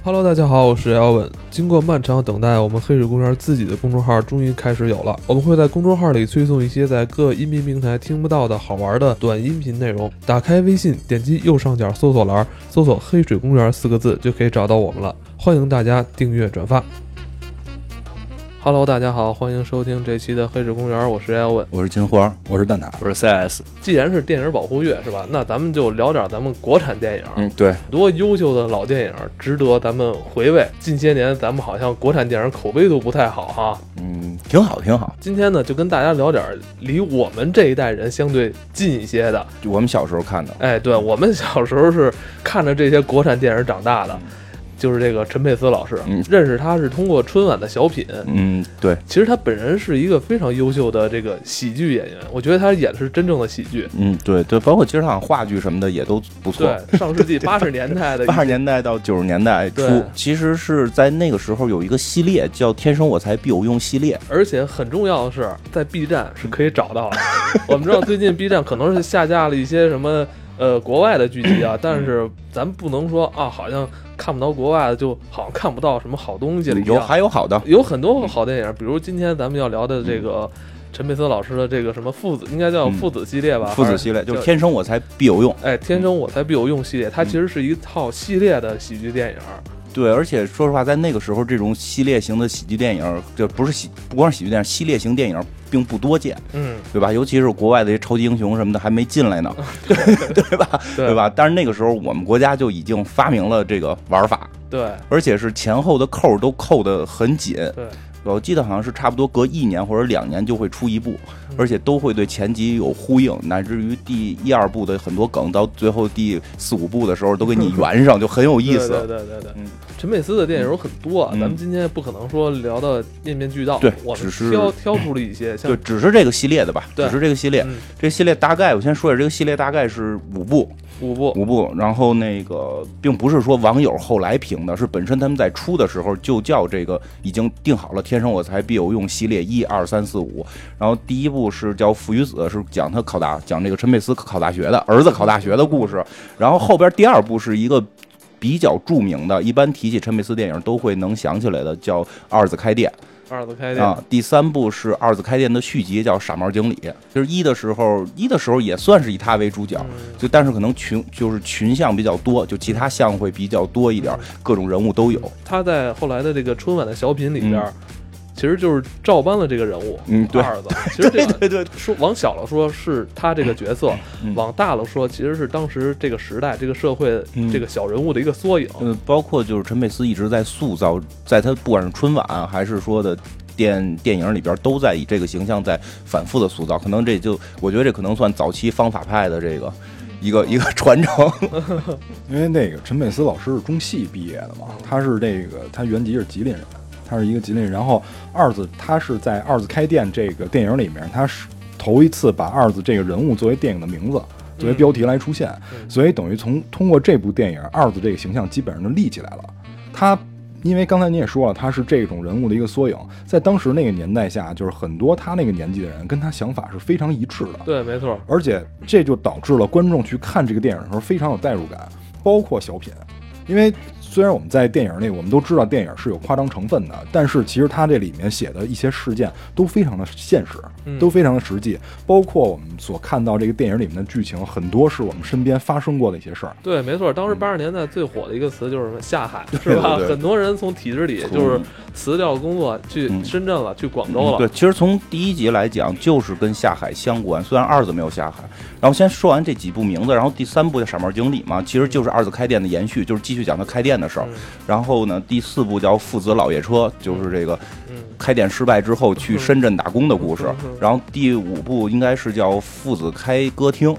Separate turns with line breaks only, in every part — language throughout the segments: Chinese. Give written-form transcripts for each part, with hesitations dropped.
Hello， 大家好，我是 Elvin。经过漫长等待，我们黑水公园自己的公众号终于开始有了。我们会在公众号里推送一些在各音频平台听不到的好玩的短音频内容。打开微信，点击右上角搜索栏，搜索黑水公园4个字就可以找到我们了。欢迎大家订阅转发。Hello， 大家好，欢迎收听这期的黑水公园，我是 Elvin，
我是金花，我是蛋挞，
我是 CS。
既然是电影保护月是吧？那咱们就聊点咱们国产电影。
对，
多优秀的老电影值得咱们回味。近些年咱们好像国产电影口碑都不太好哈。
挺好挺好。
今天呢，就跟大家聊点离我们这一代人相对近一些的，
就我们小时候看的。
哎，对，我们小时候是看着这些国产电影长大的。就是这个陈佩斯老师，认识他是通过春晚的小品。
对，
其实他本人是一个非常优秀的这个喜剧演员，我觉得他演的是真正的喜剧。
对，包括其实好像话剧什么的也都不错。
对，上世纪80年代的
80年代到90年代初，其实是在那个时候有一个系列叫《天生我材必有用》系列，
而且很重要的是，在 B 站是可以找到的。我们知道最近 B 站可能是下架了一些什么国外的剧集啊，但是咱不能说啊，好像看不到国外的，就好像看不到什么好东西了一样。
还有好的，
有很多好电影，比如今天咱们要聊的这个陈佩斯老师的这个什么父子，应该叫父子系列吧？
父子系列就是天生我材必有用。
哎，天生我材必有用系列，它其实是一套系列的喜剧电影。
对，而且说实话，在那个时候，这种系列型的喜剧电影，这不光是喜剧电影，系列型电影并不多见，对吧？尤其是国外的一些超级英雄什么的还没进来呢，对吧？对吧？但是那个时候，我们国家就已经发明了这个玩法，
对，
而且是前后的扣都扣得很紧，
对。
我记得好像是差不多隔1年或者2年就会出一部，而且都会对前集有呼应，乃至于第1、2部的很多梗，到最后第4、5部的时候都给你圆上，就很有意思。
对。陈佩斯的电影有很多，咱们今天不可能说聊的面面俱到，
对，
我们挑出了一些，
对，只是这个系列的吧，只是这个系列，这系列大概我先说一下，这个系列大概是5部，然后那个并不是说网友后来评的，是本身他们在出的时候就叫这个已经定好了天生我材必有用系列1、2、3、4、5，然后第一部是叫父与子，是讲他讲这个陈佩斯考大学的儿子考大学的故事，然后后边第2部是一个比较著名的，一般提起陈佩斯电影都会能想起来的，叫二子开店。第3部是二子开店的续集，叫傻帽经理。就是一的时候也算是以他为主角，就但是可能群像比较多，就其他项会比较多一点，各种人物都有。
他在后来的这个春晚的小品里边。其实就是照搬了这个人物，二子。其实这个
对，
说往小了说是他这个角色，往大了说其实是当时这个时代、这个社会、这个小人物的一个缩影。
包括就是陈佩斯一直在塑造，在他不管是春晚还是说的电影里边，都在以这个形象在反复的塑造。可能我觉得这可能算早期方法派的这个一个传承。
因为那个陈佩斯老师是中戏毕业的嘛，他原籍是吉林人。他是一个吉林人，然后二子他是在二子开店这个电影里面，他是头一次把二子这个人物作为电影的名字、作为标题来出现，所以等于通过这部电影，二子这个形象基本上就立起来了。他因为刚才你也说了，他是这种人物的一个缩影，在当时那个年代下，就是很多他那个年纪的人跟他想法是非常一致的。
对，没错。
而且这就导致了观众去看这个电影的时候非常有代入感，包括小品，因为虽然我们在电影里我们都知道电影是有夸张成分的，但是其实它这里面写的一些事件都非常的现实，都非常的实际，包括我们所看到这个电影里面的剧情，很多是我们身边发生过的一些事儿。
对，没错，当时80年代最火的一个词就是什么下海，是吧？很多人从体制里就是辞掉工作去深圳了，去广州了。
对，其实从第1集来讲就是跟下海相关，虽然二子没有下海。然后先说完这几部名字，然后第3部叫傻帽经理嘛，其实就是二子开店的延续，就是继续讲他开店的事儿。然后呢，第4部叫父子老爷车，就是这个开店失败之后去深圳打工的故事。然后第5部应该是叫父子开歌厅，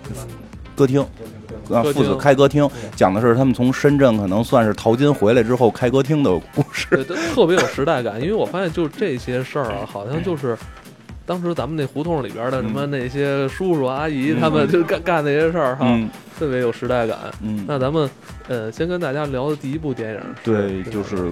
父子开歌厅，讲的是他们从深圳可能算是淘金回来之后开歌厅的故事。
对，特别有时代感，因为我发现就这些事儿啊，好像就是当时咱们那胡同里边的什么那些叔叔阿姨，他们就干那些事儿哈，特别有时代感。那咱们先跟大家聊的第一部电影，
对，就是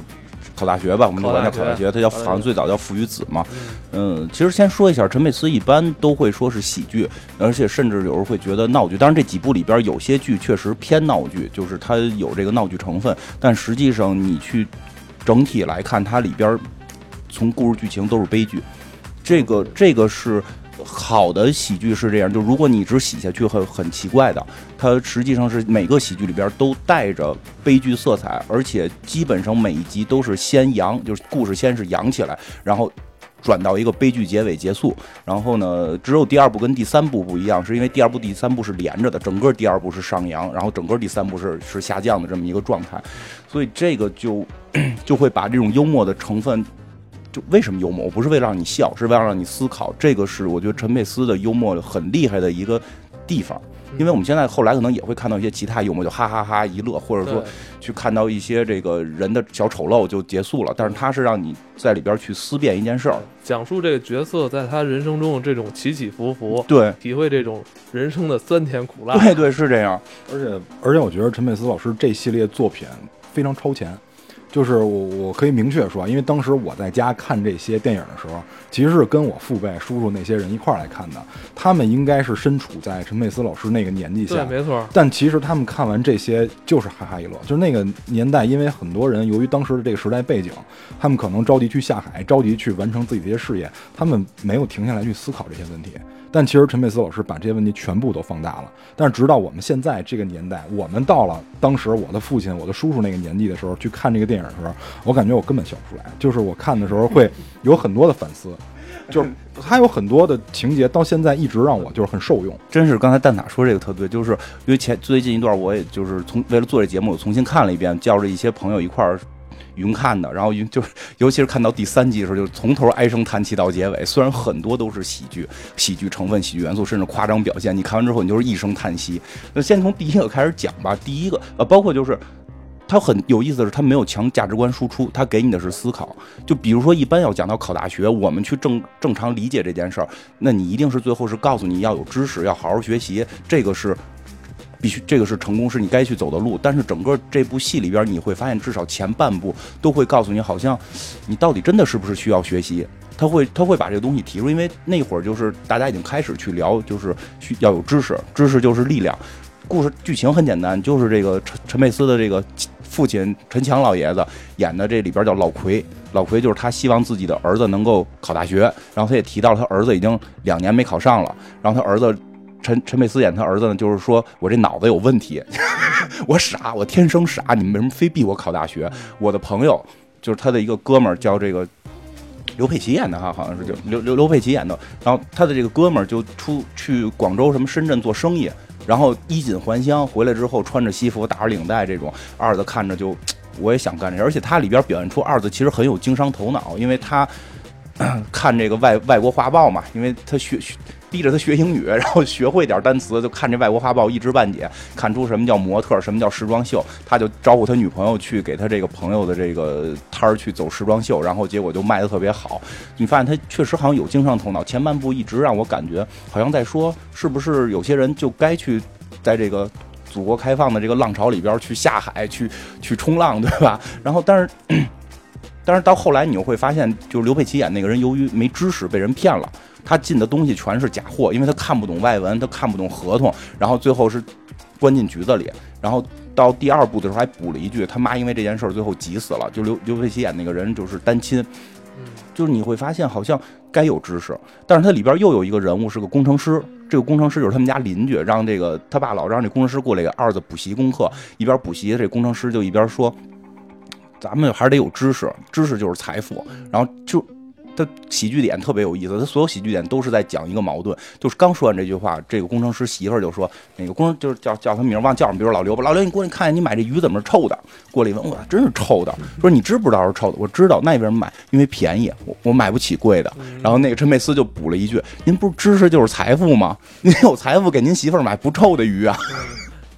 考大学吧，我们就管叫考大学，它好像最早叫父与子嘛。其实先说一下，陈佩斯一般都会说是喜剧，而且甚至有时候会觉得闹剧。当然这几部里边有些剧确实偏闹剧，就是它有这个闹剧成分，但实际上你去整体来看，它里边从故事剧情都是悲剧。这个是好的喜剧是这样，就如果你一直喜下去很奇怪的，它实际上是每个喜剧里边都带着悲剧色彩，而且基本上每一集都是先扬，就是故事先是扬起来，然后转到一个悲剧结尾结束。然后呢，只有第二部跟第三部不一样，是因为第二部第三部是连着的，整个第二部是上扬，然后整个第三部是下降的这么一个状态，所以这个就会把这种幽默的成分。就为什么幽默？我不是为了让你笑，是为了让你思考。这个是我觉得陈佩斯的幽默很厉害的一个地方。因为我们现在后来可能也会看到一些其他幽默，就哈哈哈一乐，或者说去看到一些这个人的小丑陋就结束了。但是他是让你在里边去思辨一件事儿，
讲述这个角色在他人生中的这种起起伏伏，
对，
体会这种人生的酸甜苦辣。
对，是这样。
而且我觉得陈佩斯老师这系列作品非常超前。就是我可以明确说，因为当时我在家看这些电影的时候，其实是跟我父辈、叔叔那些人一块儿来看的。他们应该是身处在陈佩斯老师那个年纪下，
对，没错。
但其实他们看完这些就是哈哈一乐。就是那个年代，因为很多人由于当时的这个时代背景，他们可能着急去下海，着急去完成自己的一些事业，他们没有停下来去思考这些问题。但其实陈佩斯老师把这些问题全部都放大了。但是直到我们现在这个年代，我们到了当时我的父亲、我的叔叔那个年纪的时候，去看这个电影的时候，我感觉我根本笑不出来。就是我看的时候会有很多的反思，就是他有很多的情节到现在一直让我就是很受用。
真是刚才蛋塔说这个特对，就是因为最近一段我也就是为了做这节目，我重新看了一遍，叫着一些朋友一块儿云看的，然后就是尤其是看到第3集的时候，就从头唉声叹气到结尾。虽然很多都是喜剧成分、喜剧元素，甚至夸张表现，你看完之后你就是一声叹息。那先从第一个开始讲吧。第一个包括就是它很有意思的是，它没有强价值观输出，它给你的是思考。就比如说，一般要讲到考大学，我们去正常理解这件事儿，那你一定是最后是告诉你要有知识，要好好学习，这个是必须，这个是成功，是你该去走的路。但是整个这部戏里边，你会发现至少前半部都会告诉你，好像你到底真的是不是需要学习。他会把这个东西提出，因为那会儿就是大家已经开始去聊，就是要有知识，知识就是力量。故事剧情很简单，就是这个陈佩斯的这个父亲陈强老爷子演的，这里边叫老奎。老奎就是他希望自己的儿子能够考大学，然后他也提到他儿子已经2年没考上了，然后他儿子陈佩斯演他儿子呢，就是说我这脑子有问题，我傻，我天生傻，你们为什么非逼我考大学？我的朋友就是他的一个哥们儿，叫这个刘佩琦演的哈，好像是就刘佩琦演的。然后他的这个哥们儿就去广州什么深圳做生意，然后衣锦还乡，回来之后穿着西服打着领带，这种二子看着就我也想干这，而且他里边表现出二子其实很有经商头脑，因为他看这个外国画报嘛，因为他逼着他学英语，然后学会点单词，就看这外国画报一知半解，看出什么叫模特，什么叫时装秀，他就招呼他女朋友去给他这个朋友的这个摊儿去走时装秀，然后结果就卖得特别好。你发现他确实好像有经商头脑，前半部一直让我感觉好像在说，是不是有些人就该去在这个祖国开放的这个浪潮里边去下海去冲浪，对吧？然后但是到后来你又会发现，就是刘佩琦演那个人由于没知识被人骗了，他进的东西全是假货，因为他看不懂外文，他看不懂合同，然后最后是关进局子里。然后到第2部的时候还补了一句，他妈因为这件事最后急死了。就刘佩琦演那个人就是单亲，就是你会发现好像该有知识，但是他里边又有一个人物是个工程师，这个工程师就是他们家邻居，让这个他爸老让这工程师过来给二子补习功课，一边补习这工程师就一边说，咱们还是得有知识，知识就是财富。然后就他喜剧点特别有意思，他所有喜剧点都是在讲一个矛盾。就是刚说完这句话，这个工程师媳妇儿就说，那个工程就是叫他名忘叫什么，比如老刘吧，老刘你过来看，你买这鱼怎么是臭的？过来一问，哇，真是臭的。说你知不知道是臭的？我知道，那为什么买？因为便宜，我买不起贵的。然后那个陈佩斯就补了一句，您不是知识就是财富吗？您有财富给您媳妇儿买不臭的鱼啊。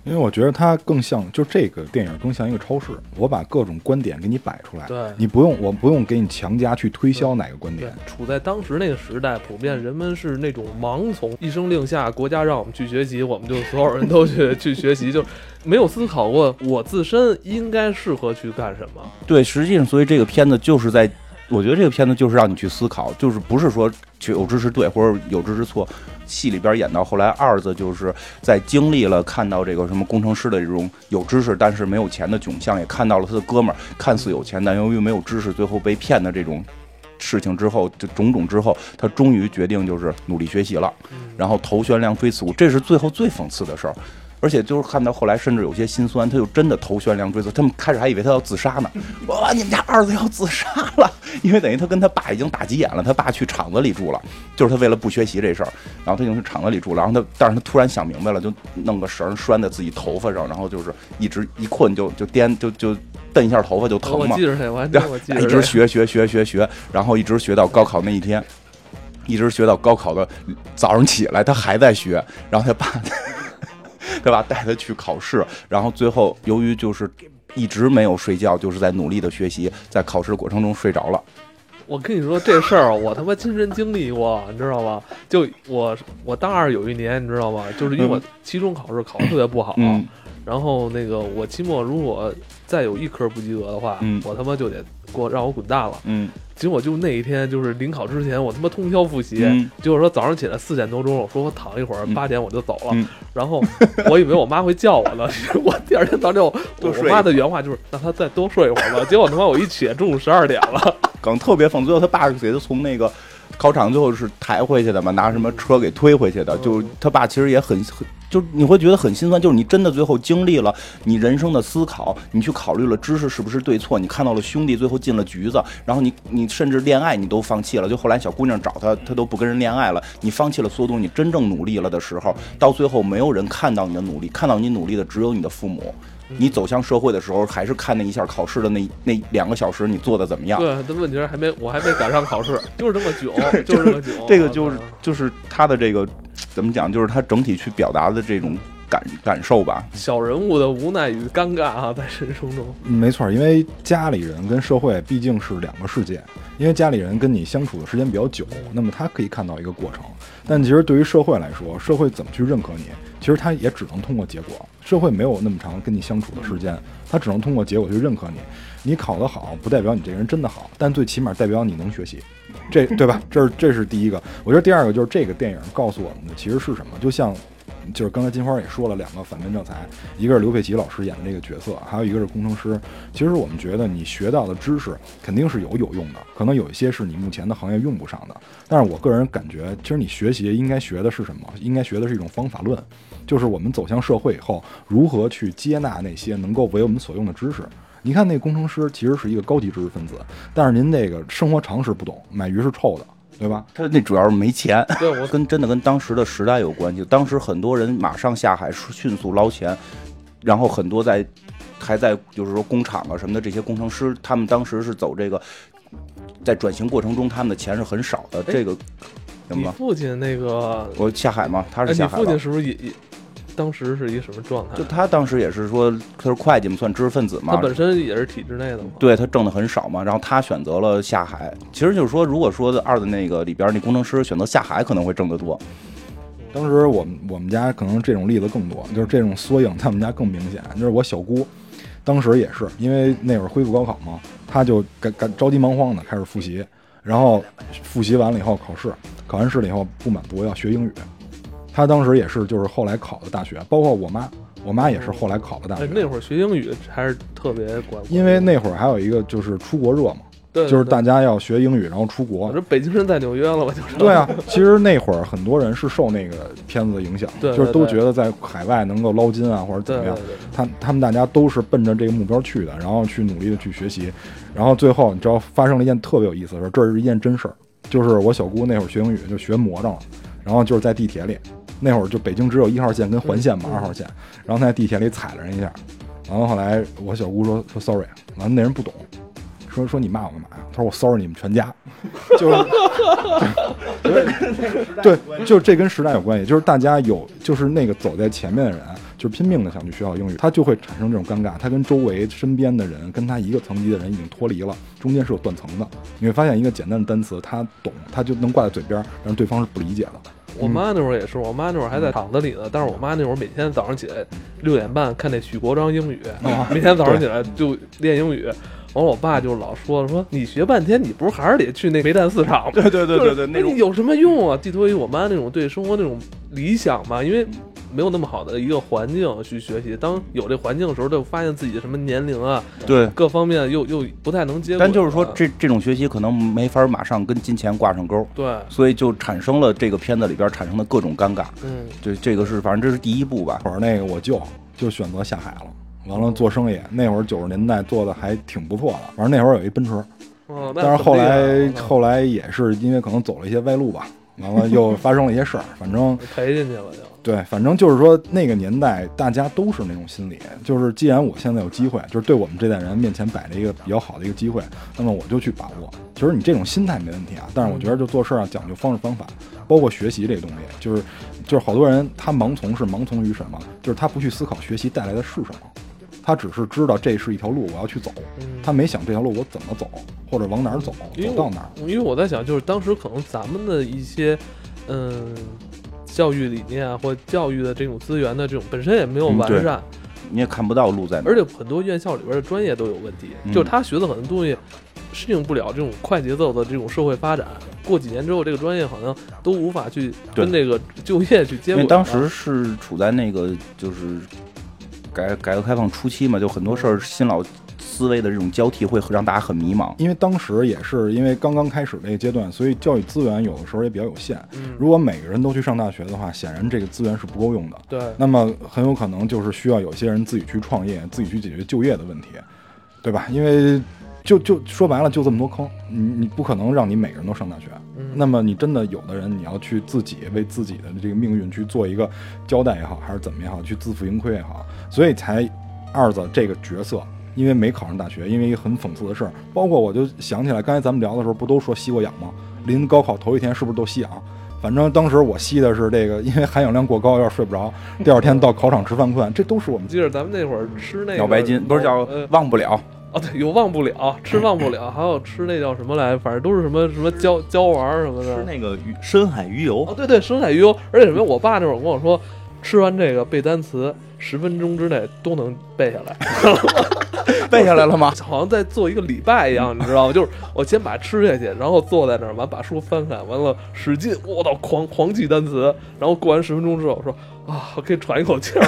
因为我觉得它更像，就这个电影更像一个超市，我把各种观点给你摆出来，
对，
我不用给你强加去推销哪个观点。
处在当时那个时代，普遍人们是那种盲从，一声令下，国家让我们去学习，我们就所有人都去学习，就没有思考过我自身应该适合去干什么。
对，实际上，所以这个片子就是在。我觉得这个片子就是让你去思考，就是不是说有知识对或者有知识错。戏里边演到后来，二子就是在经历了看到这个什么工程师的这种有知识但是没有钱的窘相，也看到了他的哥们儿看似有钱但由于没有知识最后被骗的这种事情之后，就种种之后，他终于决定就是努力学习了，然后头悬梁锥刺股，这是最后最讽刺的事儿。而且就是看到后来，甚至有些心酸，他就真的头悬梁锥刺。他们开始还以为他要自杀呢，哇，你们家儿子要自杀了，因为等于他跟他爸已经打急眼了，他爸去厂子里住了，就是他为了不学习这事儿，然后他已经是厂子里住了，然后但是他突然想明白了，就弄个绳拴在自己头发上，然后就是一直一困就蹬一下头发就疼嘛。
我记着这，我记着
一直学，然后一直学到高考那一天，一直学到高考的早上起来，他还在学，然后他爸。对吧？带他去考试，然后最后由于就是一直没有睡觉，就是在努力的学习，在考试过程中睡着了。
我跟你说这事儿，我他妈亲身经历过，你知道吗？就我大二有一年，你知道吗？就是因为我期中考试考得特别不好，然后那个我期末如果再有一科不及格的话，我他妈就得让我滚蛋了。结果就那一天，就是临考之前，我他妈通宵复习。结果说早上起来4点多钟，我说我躺一会儿，8点我就走了。然后我以为我妈会叫我呢，我第二天早上我妈的原话就是让她再多睡一会儿吧。结果他妈我一起中午12点了，
梗特别讽。最后他爸给他从那个考场最后是抬回去的嘛，拿什么车给推回去的。就他爸其实也很。就你会觉得很心酸，就是你真的最后经历了你人生的思考，你去考虑了知识是不是对错，你看到了兄弟最后进了局子，然后你甚至恋爱你都放弃了，就后来小姑娘找他都不跟人恋爱了，你放弃了所有东西，你真正努力了的时候，到最后没有人看到你的努力，看到你努力的只有你的父母。你走向社会的时候，还是看那一下考试的那2个小时你做的怎么样？
对，但问题是我还没赶上考试，就是这么囧，就是这么囧。
这个就是他的这个怎么讲，就是他整体去表达的这种感受吧。
小人物的无奈与尴尬啊，在人生中。
没错，因为家里人跟社会毕竟是2个世界。因为家里人跟你相处的时间比较久，那么他可以看到一个过程。但其实对于社会来说，社会怎么去认可你，其实他也只能通过结果。社会没有那么长跟你相处的时间，他只能通过结果去认可你。你考得好，不代表你这个人真的好，但最起码代表你能学习，这对吧？这是第一个。我觉得第二个就是这个电影告诉我们的其实是什么，就像。就是刚才金花也说了2个反面教材，一个是刘佩琦老师演的这个角色，还有一个是工程师。其实我们觉得你学到的知识肯定是有用的，可能有一些是你目前的行业用不上的。但是我个人感觉，其实你学习应该学的是什么？应该学的是一种方法论，就是我们走向社会以后，如何去接纳那些能够为我们所用的知识。你看那工程师其实是一个高级知识分子，但是您那个生活常识不懂，买鱼是臭的。对吧？
他那主要是没钱，对，我真的跟当时的时代有关系。当时很多人马上下海，迅速捞钱，然后很多还在就是说工厂啊什么的这些工程师，他们当时是走这个，在转型过程中，他们的钱是很少的。这个，
你父亲那个
我下海吗？他是下海了。
你父亲是不是也？当时是一个什么状态？
就他当时也是说他是会计嘛，算知识分子嘛。
他本身也是体制内的嘛。
对，他挣的很少嘛，然后他选择了下海。其实就是说，如果说二的那个里边那工程师选择下海，可能会挣得多。
当时我们家可能这种例子更多，就是这种缩影在我们家更明显。就是我小姑，当时也是因为那会儿恢复高考嘛，她就着急忙慌的开始复习，然后复习完了以后考试，考完试了以后不满足要学英语。他当时也是，就是后来考的大学，包括我妈也是后来考的大学。
那会儿学英语还是特别管，
因为那会儿还有一个就是出国热嘛，
对，
就是大家要学英语然后出国。
这北京人在纽约了吧？就是。
对啊，其实那会儿很多人是受那个片子的影响，就是都觉得在海外能够捞金啊或者怎么样，他们大家都是奔着这个目标去的，然后去努力的去学习，然后最后你知道发生了一件特别有意思的事，这是一件真事儿，就是我小姑那会儿学英语就学魔怔了，然后就是在地铁里。那会儿就北京只有1号线跟环线嘛，2号线，然后他在地铁里踩了人一下，然后后来我小姑说 sorry， 完了那人不懂， 说你骂我干嘛呀？他说我骚扰你们全家，对，就这跟时代有关系，就是大家就是那个走在前面的人，就是拼命的想去学好英语，他就会产生这种尴尬，他跟周围身边的人，跟他一个层级的人已经脱离了，中间是有断层的。你会发现一个简单的单词，他懂，他就能挂在嘴边，让对方是不理解的。
我妈那会儿也是，我妈那会儿还在厂子里呢，但是我妈那会儿每天早上起来6点半看那许国璋英语，每天早上起来就练英语。完了，我爸就老说你学半天，你不是还是得去那煤炭市场吗？
对，那种
有什么用啊？寄托于我妈那种对生活那种理想嘛，因为没有那么好的一个环境去学习。当有这环境的时候，就发现自己什么年龄啊，
对
各方面又不太能接轨。
但就是说，这种学习可能没法马上跟金钱挂上钩，
对，
所以就产生了这个片子里边产生的各种尴尬。这个是反正这是第一步吧。
会儿那个我就选择下海了。完了做生意，那会儿90年代做的还挺不错的。反正那会儿有一奔驰，但是后来也是因为可能走了一些歪路吧，完了又发生了一些事儿，反正
赔进去了就。
对，反正就是说那个年代大家都是那种心理，就是既然我现在有机会，就是对我们这代人面前摆了一个比较好的一个机会，那么我就去把握。其实你这种心态没问题啊，但是我觉得就做事啊讲究方式方法，包括学习这个东西，就是好多人他盲从于什么？就是他不去思考学习带来的是什么。他只是知道这是一条路，我要去走，他没想这条路我怎么走，或者往哪儿走，走到哪儿。
因为我在想，就是当时可能咱们的一些，教育理念啊，或教育的这种资源的这种本身也没有完善，
你也看不到路在哪。
而且很多院校里边的专业都有问题，就是他学的很多东西适应不了这种快节奏的这种社会发展。过几年之后，这个专业好像都无法去跟这个就业去接轨。
因为当时是处在那个就是改革开放初期嘛，就很多事儿新老思维的这种交替会让大家很迷茫。
因为当时也是因为刚刚开始这个阶段，所以教育资源有的时候也比较有限。如果每个人都去上大学的话，显然这个资源是不够用的。
对，
那么很有可能就是需要有些人自己去创业，自己去解决就业的问题，对吧？因为就说白了，就这么多坑，你不可能让你每个人都上大学。那么你真的有的人，你要去自己为自己的这个命运去做一个交代也好，还是怎么也好，去自负盈亏也好，所以才二子这个角色，因为没考上大学，因为一个很讽刺的事儿，包括我就想起来，刚才咱们聊的时候不都说吸过氧吗？临高考头一天是不是都吸氧？反正当时我吸的是这个，因为含氧量过高，有点睡不着。第二天到考场吃饭困，这都是我们
记得咱们那会儿吃那个
脑白金，不是叫忘不了。
哦，对，有忘不了，吃忘不了，还有吃那叫什么来，反正都是什么椒丸什么的。
吃那个深海鱼油。
哦，对，深海鱼油。而且什么，我爸那会儿跟我说，吃完这个背单词10分钟之内都能背下来。
背下来了吗？
好像在做一个礼拜一样，你知道吗？就是我先把它吃下去，然后坐在那儿，完把书翻开，完了使劲，我操，狂记单词，然后过完10分钟之后说啊，我可以喘一口气儿。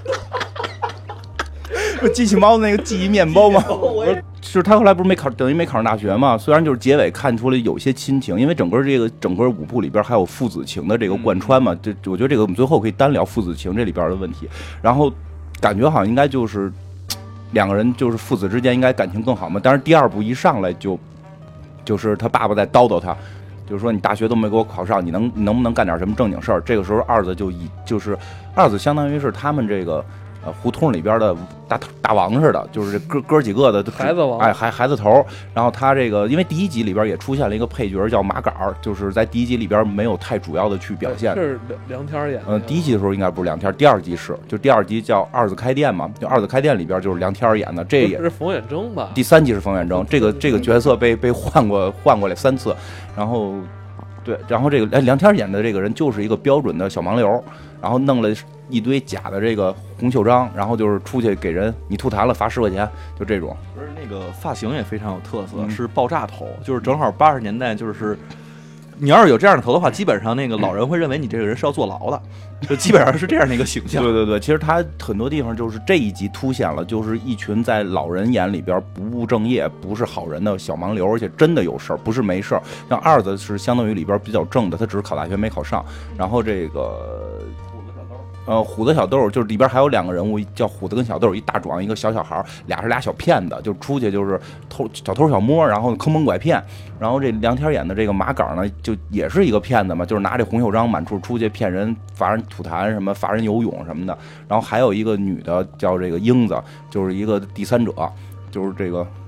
不机器猫那个记忆面包吗？就是他后来不是等于没考上大学嘛？虽然就是结尾看出来有些亲情，因为整个5部里边还有父子情的这个贯穿嘛。我觉得这个我们最后可以单聊父子情这里边的问题。然后感觉好像应该就是两个人就是父子之间应该感情更好嘛。但是第2部一上来就是他爸爸在叨叨他。就是说你大学都没给我考上，你能不能干点什么正经事儿？这个时候二子就是二子相当于是他们这个胡同里边的大王似的，就是哥几个的
孩子王，
孩子头。然后他这个因为第1集里边也出现了一个配角叫马杆，就是在第1集里边没有太主要的去表现。
是梁天演的。
第1集的时候应该不是梁天，第2集是，就第2集叫二子开店嘛，就二子开店里边就是梁天演的，这也
是冯远征吧？
第3集是冯远征，这个角色被换过来3次，然后对，然后这个梁天演的这个人就是一个标准的小盲流，然后弄了一堆假的这个红袖章，然后就是出去给人你吐痰了罚10块钱，就这种。
不是那个发型也非常有特色，是爆炸头，就是正好80年代，就是你要是有这样的头的话，基本上那个老人会认为你这个人是要坐牢的，就基本上是这样的一个形象。
对，其实他很多地方就是这一集凸显了，就是一群在老人眼里边不务正业、不是好人的小盲流，而且真的有事儿，不是没事儿。像二子是相当于里边比较正的，他只是考大学没考上，然后这个。虎子小豆就是里边还有2个人物，叫虎子跟小豆，一大壮一个小孩，俩是俩小骗子，就出去就是小偷小摸，然后坑蒙拐骗。然后这梁天演的这个马杆呢，就也是一个骗子嘛，就是拿这红袖章满处出去骗人，罚人吐痰什么，罚人游泳什么的。然后还有一个女的叫这个英子，就是一个第三者，就是这个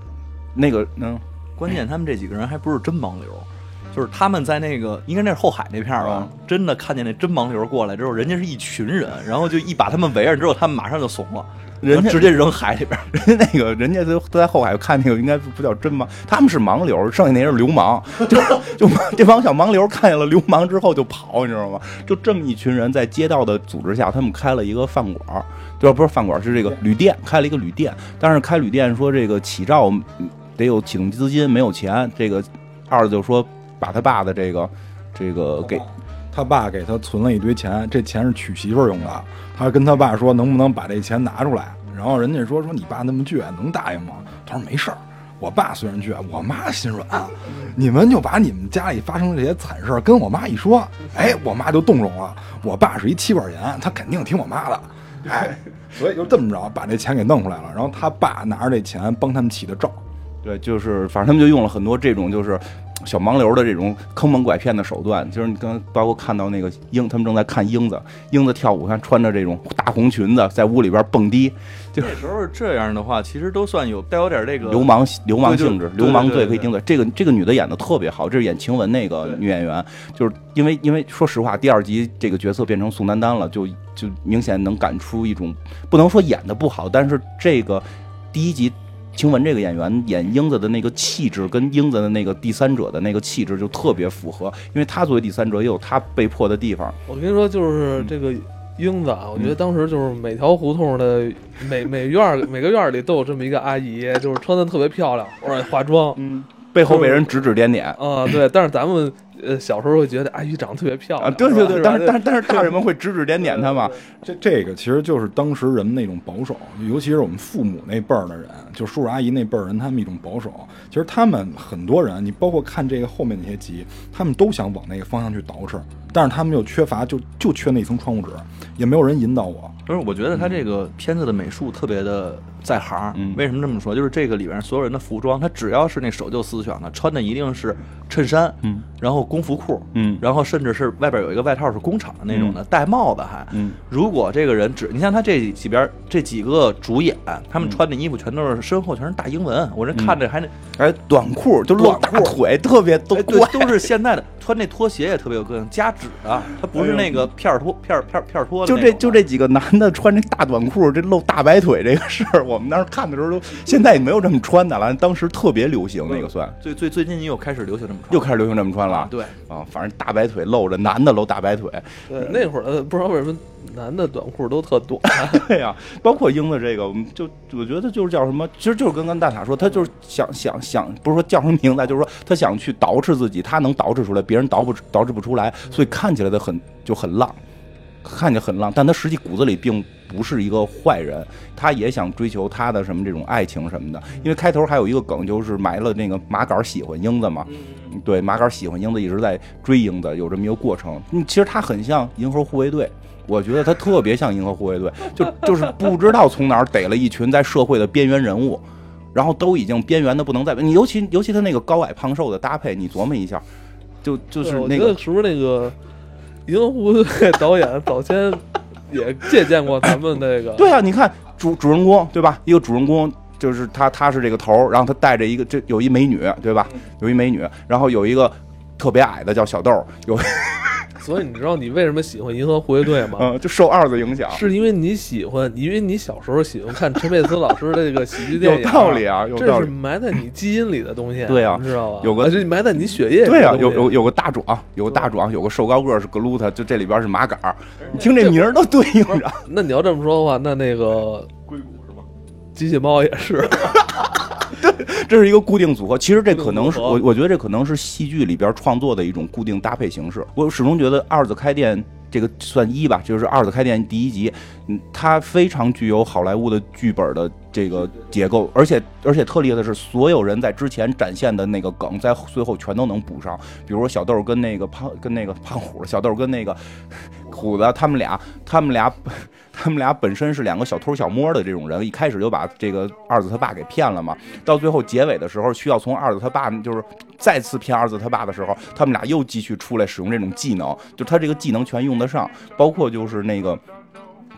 那个
关键他们这几个人还不是真盲流。就是他们在那个应该那是后海那片吧，真的看见那真盲流过来之后，人家是一群人，然后就一把他们围上之后，他们马上就怂了，人家直接扔海里边。
人家都在后海看那个，应该不叫真盲，他们是盲流，剩下那人是流氓。就这帮小盲流看见了流氓之后就跑，你知道吗？就这么一群人在街道的组织下，他们开了一个饭馆，对吧？不是饭馆，是这个旅店，开了一个旅店。但是开旅店说这个起照得有启动资金，没有钱。这个二子就说。把他爸的这个给
他爸给他存了一堆钱，这钱是娶媳妇用的。他跟他爸说能不能把这钱拿出来，然后人家说你爸那么倔能答应吗？他说没事儿，我爸虽然倔，我妈心软，你们就把你们家里发生的这些惨事跟我妈一说，哎，我妈就动容了。我爸是一妻管严，他肯定听我妈的，哎，所以就这么着把这钱给弄出来了。然后他爸拿着这钱帮他们起的照，
对，就是反正他们就用了很多这种就是小盲流的这种坑蒙拐骗的手段。就是你刚包括看到那个他们正在看英子跳舞，看穿着这种大红裙子在屋里边蹦迪。就
那时候这样的话，其实都算带有点这个
流氓性质，流氓罪可以定罪。这个女的演的特别好，这是演晴雯那个女演员，就是因为说实话，第2集这个角色变成宋丹丹了，就明显能感出一种，不能说演的不好，但是这个第1集。晴雯这个演员演英子的那个气质，跟英子的那个第三者的那个气质就特别符合，因为他作为第三者也有他被迫的地方。
我跟你说，就是这个英子啊，我觉得当时就是每条胡同的每个院里都有这么一个阿姨，就是穿的特别漂亮，而且化妆，
背后被人指指点点
啊，对。但是咱们小时候会觉得阿姨长得特别漂亮
啊，对，但是大人们会指指点点她嘛。
这个其实就是当时人们那种保守，尤其是我们父母那辈儿的人，就叔叔阿姨那辈儿人，他们一种保守。其实他们很多人，你包括看这个后面那些集，他们都想往那个方向去捯饬，但是他们又缺乏，就缺那层窗户纸，也没有人引导我。
但是我觉得他这个片子的美术特别的在行。为什么这么说？就是这个里边所有人的服装，他只要是那守旧思想的，穿的一定是衬衫，然后工服裤，然后甚至是外边有一个外套是工厂的那种的，戴帽子还。如果这个人你像他这几个主演，他们穿的衣服全都是身后全是大英文，我这看着还
短裤就露大腿，特别
对，都是现在的。穿那拖鞋也特别有个性，加趾的，它不是那个片拖的。
就这几个男的穿这大短裤，这露大白腿这个事儿，我们当时看的时候都，现在也没有这么穿的了，当时特别流行那个算。
最近又开始流行这么穿，
又开始流行这么穿了。
对
啊，反正大白腿露着，男的露大白腿。
对，那会儿不知道为什么男的短裤都特短。
对呀，包括英子这个，我觉得就是叫什么，其实就是跟大塔说，他就是想，不是说叫什么名字，就是说他想去捯饬自己，他能捯饬出来，别人捯饬不出来，所以看起来的很浪，看起来很浪，但他实际骨子里并不是一个坏人，他也想追求他的什么这种爱情什么的。因为开头还有一个梗，就是埋了那个马杆喜欢英子嘛，对，马杆喜欢英子，一直在追英子，有这么一个过程。其实他很像银河护卫队。我觉得他特别像银河护卫队，就是不知道从哪儿逮了一群在社会的边缘人物，然后都已经边缘的不能再你尤其他那个高矮胖瘦的搭配，你琢磨一下，就是那个
是不是那个银河护卫队导演早先也借鉴过咱们那个？
对啊，你看主人公对吧？一个主人公就是他是这个头，然后他带着一个有一美女对吧？有一美女，然后有一个特别矮的叫小豆，有。
所以你知道你为什么喜欢银河护卫队吗？
就受二子影响，
是因为你小时候喜欢看陈佩斯老师的这个喜剧电影，
有道理啊，有道理，
这是埋在你基因里的东西，
对啊，
你知道吧？
有个
这埋在你血液里，
对啊，有个大壮，有个瘦高个是格鲁特，就这里边是马杆，你听这名儿都对应着。
那你要这么说的话，那个
硅谷是吧？
机械猫也是。
对，这是一个固定组合。其实这可能是我觉得这可能是戏剧里边创作的一种固定搭配形式。我始终觉得二子开店这个算一吧，就是二子开店第1集，它非常具有好莱坞的剧本的这个结构，而且特厉害的是，所有人在之前展现的那个梗，在最后全都能补上。比如说小豆跟那个胖虎，小豆跟那个虎子，他们俩本身是2个小偷小摸的这种人，一开始就把这个二子他爸给骗了嘛。到最后结尾的时候，需要从二子他爸就是再次骗儿子他爸的时候，他们俩又继续出来使用这种技能，就他这个技能全用得上，包括就是那个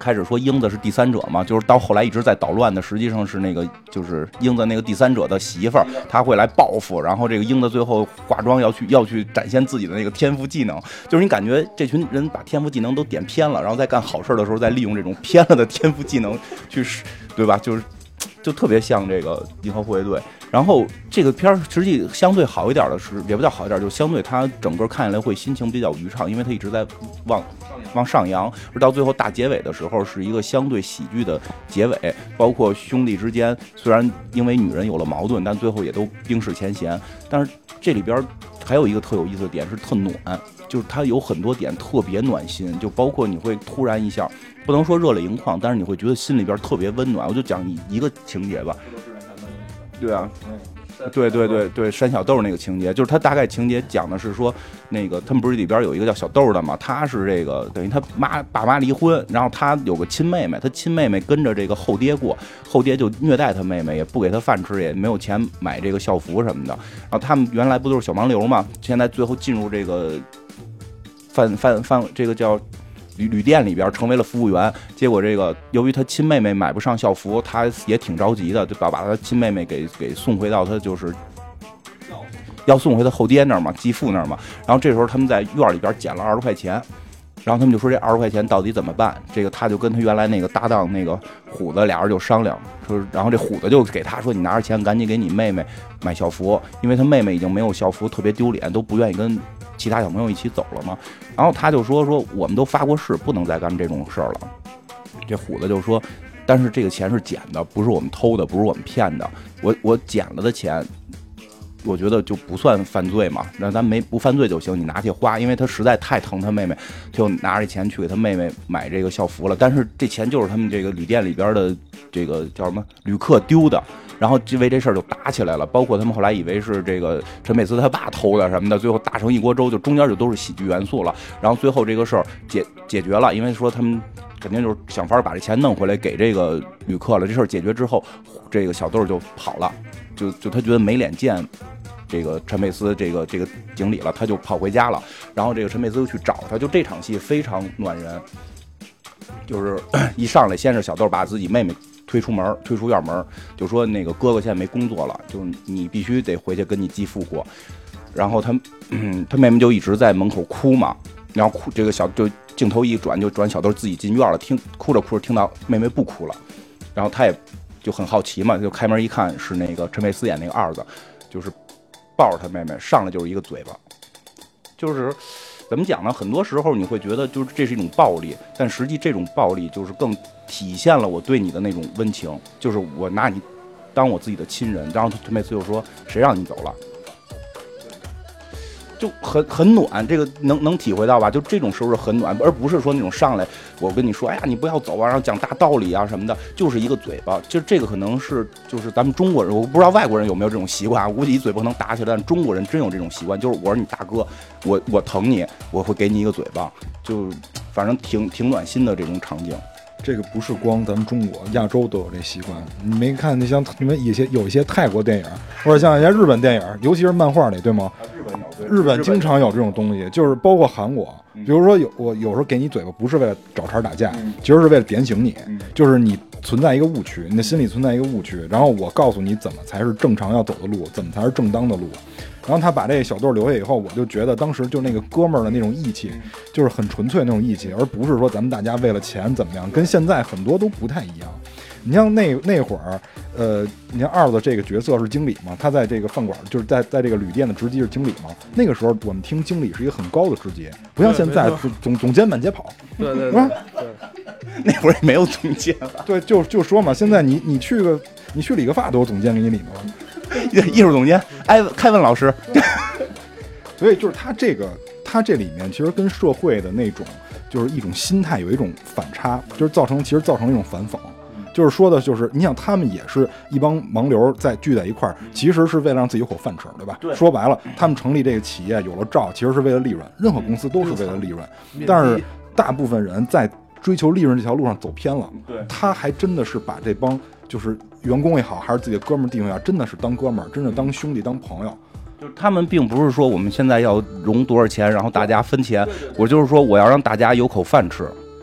开始说英子是第三者嘛，就是到后来一直在捣乱的，实际上是那个就是英子那个第三者的媳妇儿，她会来报复，然后这个英子最后化妆要去展现自己的那个天赋技能，就是你感觉这群人把天赋技能都点偏了，然后在干好事的时候再利用这种偏了的天赋技能去，对吧？就特别像这个银河护卫队。然后这个片儿实际相对好一点的是，也不叫好一点，就是相对它整个看起来会心情比较愉畅，因为它一直在往上扬，而到最后大结尾的时候是一个相对喜剧的结尾，包括兄弟之间虽然因为女人有了矛盾，但最后也都冰释前嫌。但是这里边还有一个特有意思的点是特暖，就是它有很多点特别暖心，就包括你会突然一下不能说热泪盈眶，但是你会觉得心里边特别温暖。我就讲一个情节吧。对啊，对，山小豆那个情节，就是他大概情节讲的是说，那个他们不是里边有一个叫小豆的嘛，他是这个等于他爸妈离婚，然后他有个亲妹妹，他亲妹妹跟着这个后爹过，后爹就虐待他妹妹，也不给他饭吃，也没有钱买这个校服什么的。然后他们原来不都是小盲流嘛，现在最后进入这个这个叫旅店里边成为了服务员，结果这个由于他亲妹妹买不上校服，他也挺着急的，就把他亲妹妹给送回到他就是要送回他后爹那儿嘛，继父那儿嘛。然后这时候他们在院里边捡了20块钱，然后他们就说这20块钱到底怎么办？这个他就跟他原来那个搭档那个虎子俩人就商量，说，然后这虎子就给他说，你拿着钱赶紧给你妹妹买校服，因为他妹妹已经没有校服，特别丢脸，都不愿意跟其他小朋友一起走了嘛。然后他就说我们都发过誓，不能再干这种事儿了。这虎子就说，但是这个钱是捡的，不是我们偷的，不是我们骗的，我捡了的钱，我觉得就不算犯罪嘛，那咱不犯罪就行，你拿去花，因为他实在太疼他妹妹，就拿着钱去给他妹妹买这个校服了。但是这钱就是他们这个旅店里边的这个叫什么旅客丢的，然后因为这事儿就打起来了，包括他们后来以为是这个陈佩斯他爸偷的什么的，最后打成一锅粥，就中间就都是喜剧元素了。然后最后这个事儿解决了，因为说他们肯定就是想法把这钱弄回来给这个旅客了。这事儿解决之后，这个小豆就跑了，就他觉得没脸见这个陈佩斯这个经理了，他就跑回家了。然后这个陈佩斯又去找他，就这场戏非常暖人，就是一上来先是小豆把自己妹妹推出院门，就说那个哥哥现在没工作了，就是你必须得回去跟你继父过。然后他妹妹就一直在门口哭嘛，然后这个就镜头一转就转小豆自己进院了，哭着听到妹妹不哭了，然后他也就很好奇嘛，就开门一看是那个陈佩斯演那个二子，就是抱着他妹妹上来就是一个嘴巴，就是怎么讲呢？很多时候你会觉得就是这是一种暴力，但实际这种暴力就是更体现了我对你的那种温情，就是我拿你当我自己的亲人。然后陈佩斯又说：“谁让你走了？”就很暖，这个能体会到吧？就这种时候是很暖，而不是说那种上来我跟你说，哎呀你不要走啊，然后讲大道理啊什么的，就是一个嘴巴。就这个可能是就是咱们中国人，我不知道外国人有没有这种习惯，我估计一嘴巴能打起来，但中国人真有这种习惯，就是我是你大哥，我疼你，我会给你一个嘴巴，就反正挺暖心的这种场景。
这个不是光咱们中国，亚洲都有这习惯。你没看那像你们有一些泰国电影，或者像一些日本电影，尤其是漫画里，对吗？日本经常有这种东西，就是包括韩国。比如说我有时候给你嘴巴，不是为了找茬打架，其实是为了点醒你，就是你存在一个误区，你的心里存在一个误区，然后我告诉你怎么才是正常要走的路，怎么才是正当的路。然后他把这个小豆留下以后，我就觉得当时就那个哥们儿的那种义气，就是很纯粹那种义气，而不是说咱们大家为了钱怎么样，跟现在很多都不太一样。你像那会儿，你像二子这个角色是经理嘛，他在这个饭馆就是在这个旅店的职级是经理嘛。那个时候我们听经理是一个很高的职级，不像现在总监满街跑。
对，
那会儿也没有总监了。
对，就说嘛，现在你去理个发都有总监给你理吗？
艺术总监凯文老师。
所以就是他这里面其实跟社会的那种就是一种心态有一种反差，就是造成一种反讽。就是说的就是你想他们也是一帮盲流聚在一块儿，其实是为了让自己有口饭吃，对吧？对，说白了他们成立这个企业有了照其实是为了利润，任何公司都是为了利润，但是大部分人在追求利润这条路上走偏了。对，他还真的是把这帮就是员工也好还是自己的哥们儿弟兄也好，真的是当哥们儿，真的当兄弟当朋友。
就是他们并不是说我们现在要融多少钱然后大家分钱，我就是说我要让大家有口饭吃。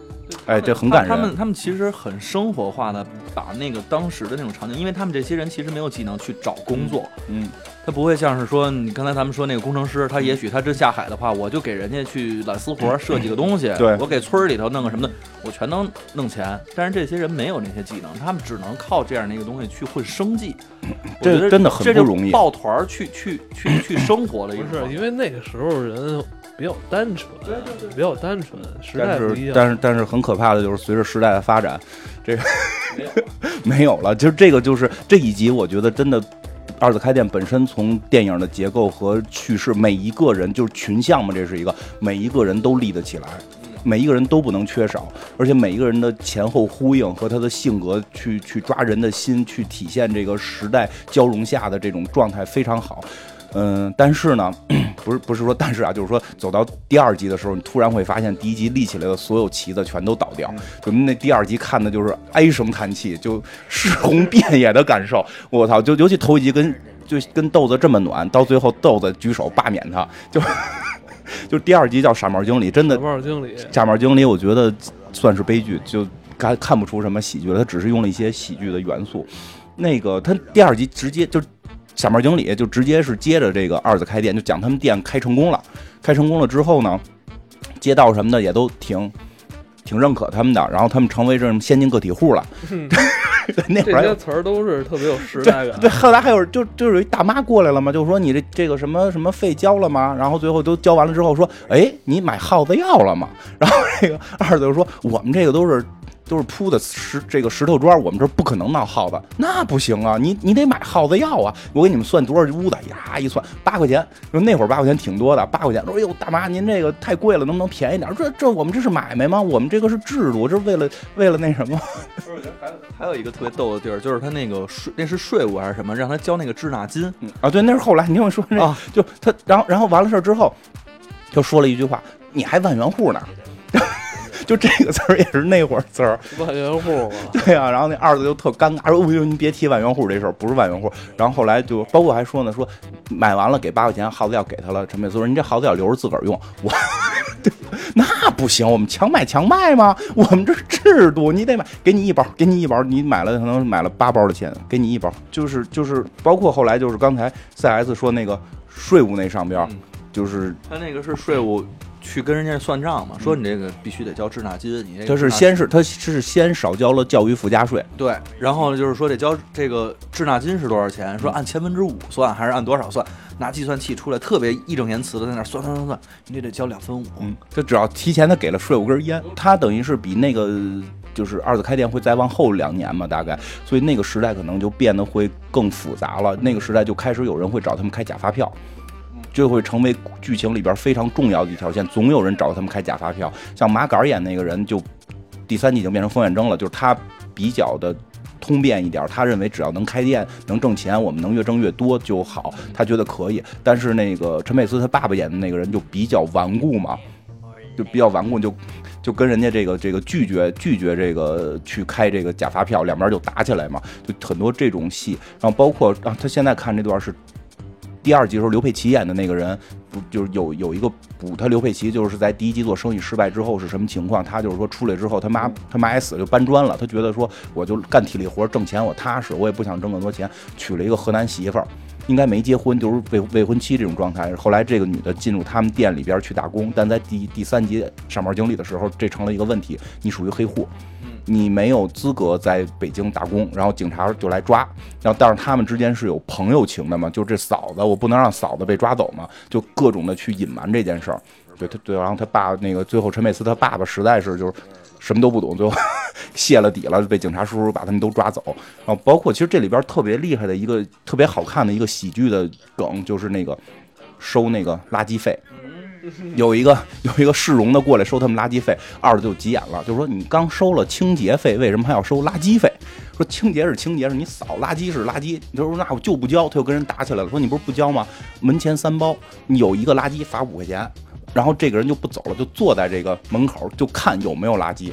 哎，这很感人。
他们其实很生活化的把那个当时的那种场景，因为他们这些人其实没有技能去找工作，他不会像是说你刚才咱们说那个工程师，他也许他真下海的话，我就给人家去揽私活设计个东西，
对，
我给村里头弄个什么的，我全能弄钱。但是这些人没有那些技能，他们只能靠这样的一个东西去混生计。
这真的很不容易，
抱团去生活的一个。
不是因为那个时候人比较单纯，对，比较单纯，时代不一
样。但是很可怕的就是随着时代的发展，这个没有了。就是这个就是这一集，我觉得真的。二次开店本身从电影的结构和叙事，每一个人就是群像嘛，这是一个每一个人都立得起来，每一个人都不能缺少，而且每一个人的前后呼应和他的性格去抓人的心，去体现这个时代交融下的这种状态非常好。但是呢，不是说但是啊，就是说走到第二集的时候，你突然会发现第一集立起来的所有旗子全都倒掉，就那第二集看的就是唉声叹气，就尸横遍野的感受。我操，就尤其头一集跟豆子这么暖，到最后豆子举手罢免他，就第二集叫傻帽经理，真的傻帽经理，我觉得算是悲剧，就看不出什么喜剧了，他只是用了一些喜剧的元素。那个他第二集直接就。傻帽经理就直接是接着这个二次开店，就讲他们店开成功了之后呢，街道什么的也都挺认可他们的，然后他们成为这种先进个体户了。那会儿
这些词儿都是特别有时代感。
对，后来还有就是有一大妈过来了嘛，就说你这个什么费交了吗？然后最后都交完了之后说，哎，你买耗子药了吗？然后这个二子就说，我们这个都是铺的这个石头砖，我们这不可能闹耗子，那不行啊！你得买耗子药啊！我给你们算多少屋子呀？一算8块钱，就那会儿8块钱挺多的，8块钱。说哎呦大妈，您这个太贵了，能不能便宜点？这我们这是买卖吗？我们这个是制度，这是为了那什么？
还有一个特别逗的地儿，就是他那个那是税务还是什么，让他交那个滞纳金
啊？对，那是后来你听我说这就他，然后完了事之后，就说了一句话：“你还万元户呢。”就这个词儿也是那会儿词儿，
万元户嘛。
对啊，然后那二子就特尴尬，说：“你别提万元户这事儿，不是万元户。”然后后来就包括还说呢，说买完了给8块钱，耗子药给他了。陈佩斯说：“你这耗子药留着自个儿用。”我那不行，我们强买强卖吗？我们这是制度，你得买，给你一包，你买了可能买了8包的钱，给你一包。就是包括后来就是刚才 CS 说那个税务那上边，就是
他那个是税务。去跟人家算账嘛，说你这个必须得交滞纳金，你这
他是先少交了教育附加税，
对，然后就是说得交这个滞纳金是多少钱，说按5%算还是按多少算，拿计算器出来特别义正言辞的在那算，你得交2分5，
这只要提前他给了税务根烟，他等于是比那个就是二次开店会再往后2年嘛，大概，所以那个时代可能就变得会更复杂了，那个时代就开始有人会找他们开假发票。就会成为剧情里边非常重要的一条线，总有人找他们开假发票。像马杆演那个人，就第3季已经变成冯远征了，就是他比较的通变一点，他认为只要能开店能挣钱，我们能越挣越多就好，他觉得可以。但是那个陈佩斯他爸爸演的那个人就比较顽固嘛，就比较顽固，就跟人家这个拒绝这个去开这个假发票，两边就打起来嘛，就很多这种戏。然后包括他现在看这段是。第2集的时候，刘佩琦演的那个人，就是有一个补他刘佩琦，就是在第1集做生意失败之后是什么情况？他就是说出来之后，他妈挨死就搬砖了。他觉得说我就干体力活挣钱，我踏实，我也不想挣更多钱。娶了一个河南媳妇儿，应该没结婚，就是未婚妻这种状态。后来这个女的进入他们店里边去打工，但在第3集上班经理的时候，这成了一个问题，你属于黑户。你没有资格在北京打工，然后警察就来抓，然后但是他们之间是有朋友情的嘛，就这嫂子我不能让嫂子被抓走嘛，就各种的去隐瞒这件事儿。对，然后他爸那个最后陈佩斯他爸爸实在是就是什么都不懂，最后泄了底了，被警察叔叔把他们都抓走。然后包括其实这里边特别厉害的一个特别好看的一个喜剧的梗，就是那个收那个垃圾费。有一个市容的过来收他们垃圾费，二子就急眼了，就说你刚收了清洁费，为什么还要收垃圾费？说清洁是清洁，是你扫，垃圾是垃圾。你就说那我就不交，他就跟人打起来了，说你不是不交吗？门前3包，你有一个垃圾罚5块钱。然后这个人就不走了，就坐在这个门口就看有没有垃圾。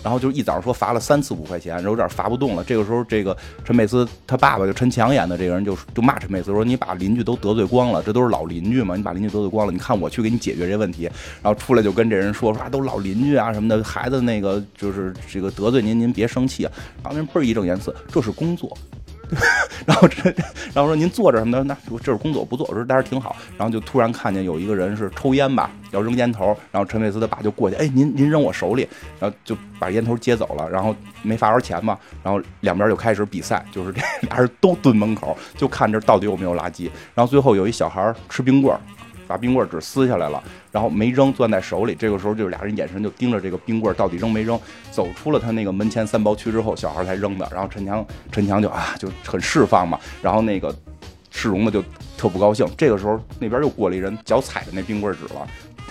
然后就一早说罚了3次5块钱，有点罚不动了。这个时候，这个陈佩斯他爸爸就陈强演的这个人就骂陈佩斯说：“你把邻居都得罪光了，这都是老邻居嘛，你把邻居得罪光了，你看我去给你解决这问题。”然后出来就跟这人说都老邻居啊什么的，孩子那个就是这个得罪您别生气啊。然后人倍儿义正言辞，这是工作。然后说您坐着什么的，那这是工作不做，我说但是挺好。然后就突然看见有一个人是抽烟吧，要扔烟头，然后陈佩斯的爸就过去，哎，您扔我手里，然后就把烟头接走了，然后没罚着钱嘛，然后两边就开始比赛，就是这俩人都蹲门口，就看这到底有没有垃圾。然后最后有一小孩吃冰棍，把冰棍纸撕下来了，然后没扔，攥在手里。这个时候就俩人眼神就盯着这个冰棍到底扔没扔。走出了他那个门前3包区之后，小孩才扔的。然后陈强就很释放嘛。然后那个世荣的就特不高兴。这个时候那边又过了一人，脚踩着那冰棍纸了。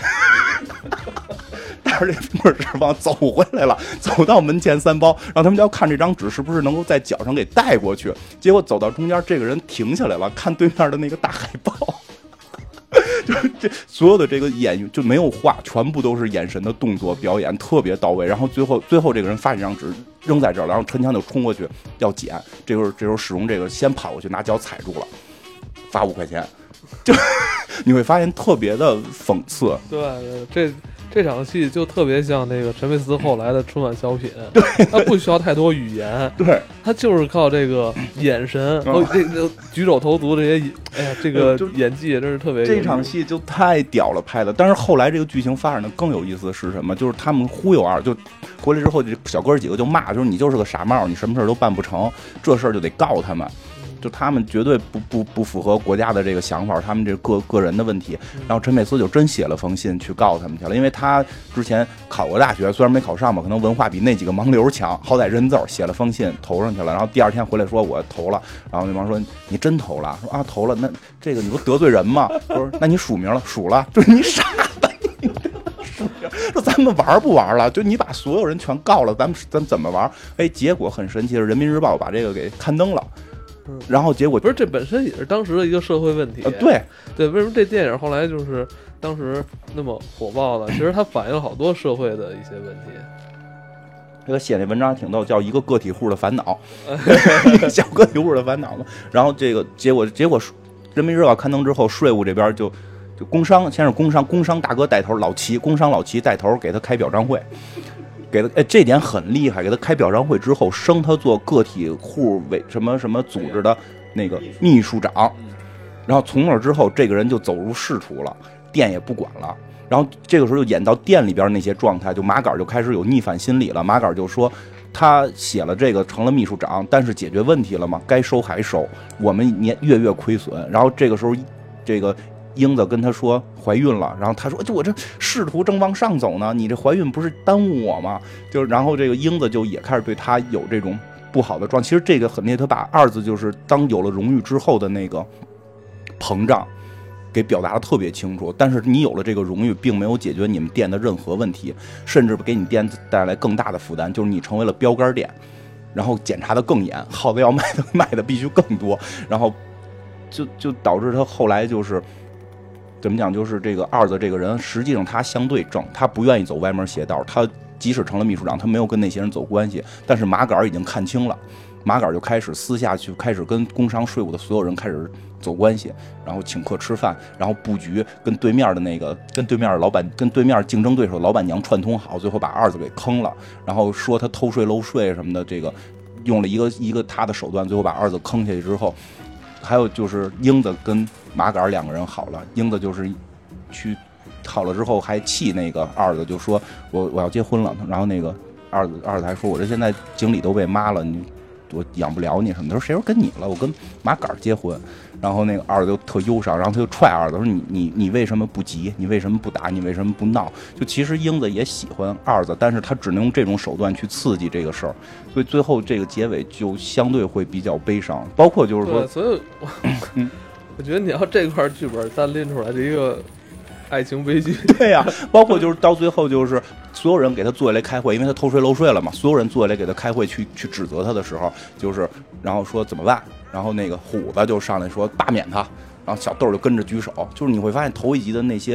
但是这冰棍纸往走回来了，走到门前3包，然后他们就要看这张纸是不是能够在脚上给带过去。结果走到中间，这个人停下来了，看对面的那个大海报。就是这所有的这个演员就没有话，全部都是眼神的动作表演，特别到位。然后最后这个人发这张纸扔在这儿，然后陈强就冲过去要捡。这时候史荣这个先跑过去拿脚踩住了，罚5块钱。就你会发现特别的讽刺。
对，这场戏就特别像那个陈佩斯后来的春晚小品，对，他不需要太多语言，
对，
他就是靠这个眼神和这个举手投足这些，哎呀，这个演技也真是特别。
这场戏就太屌了，拍的。但是后来这个剧情发展的更有意思的是什么？就是他们忽悠就回来之后，这小哥几个就骂，就是你就是个傻帽，你什么事都办不成，这事儿就得告他们。就他们绝对不符合国家的这个想法，他们这个人的问题。然后陈佩斯就真写了封信去告他们去了，因为他之前考过大学，虽然没考上吧，可能文化比那几个盲流强，好歹认字儿，写了封信投上去了。然后第2天回来说我投了，然后那帮说你真投了，说啊投了，那这个你不得罪人吗？说那你署名了，署了，就是你傻吧你。说咱们玩不玩了？就你把所有人全告了，咱们怎么玩？哎，结果很神奇的，人民日报把这个给刊登了。然后结果
不是，这本身也是当时的一个社会问题。
对，
为什么这电影后来就是当时那么火爆呢？其实它反映了好多社会的一些问题。
这个写那文章挺逗，叫一个个体户的烦恼，一个小个体户的烦恼嘛。然后这个结果，人民日报刊登之后，税务这边就工商，先是工商大哥带头，工商老齐带头给他开表彰会。给他这点很厉害，给他开表彰会之后升他做个体户什么组织的那个秘书长，然后从那之后这个人就走入仕途了，店也不管了。然后这个时候就演到店里边那些状态，就马杆就开始有逆反心理了。马杆就说他写了这个成了秘书长，但是解决问题了吗？该收还收，我们月亏损。然后这个时候这个英子跟他说怀孕了，然后他说就我这仕途正往上走呢，你这怀孕不是耽误我吗？就然后这个英子就也开始对他有这种不好的状。其实这个很厉害，他把2字就是当有了荣誉之后的那个膨胀给表达的特别清楚。但是你有了这个荣誉，并没有解决你们店的任何问题，甚至给你店带来更大的负担，就是你成为了标杆店，然后检查的更严，耗子药卖的必须更多，然后就导致他后来就是怎么讲，就是这个2字这个人实际上他相对正，他不愿意走歪门邪道，他即使成了秘书长，他没有跟那些人走关系，但是马杆已经看清了，马杆就开始私下去开始跟工商税务的所有人开始走关系，然后请客吃饭，然后布局跟对面的老板，跟对面竞争对手的老板娘串通好，最后把2字给坑了，然后说他偷税漏税什么的，这个用了一个他的手段，最后把2字坑下去之后。还有就是英子跟马杆2个人好了，英子就是去好了之后还气那个2字，就说我要结婚了，然后那个二子还说我这现在经理都被骂了，我养不了你什么的。说谁说跟你了，我跟马杆结婚。然后那个2子就特忧伤，然后他就踹2子说你为什么不急，你为什么不打，你为什么不闹。就其实英子也喜欢2子，但是他只能用这种手段去刺激这个事儿，所以最后这个结尾就相对会比较悲伤。包括就是说，
所以我觉得你要这块剧本单拎出来是一个爱情悲剧。
对呀、包括就是到最后就是所有人给他坐下来开会，因为他偷税漏税了嘛，所有人坐下来给他开会去指责他的时候，就是然后说怎么办，然后那个虎子就上来说罢免他，然后小豆就跟着举手。就是你会发现头一集的那些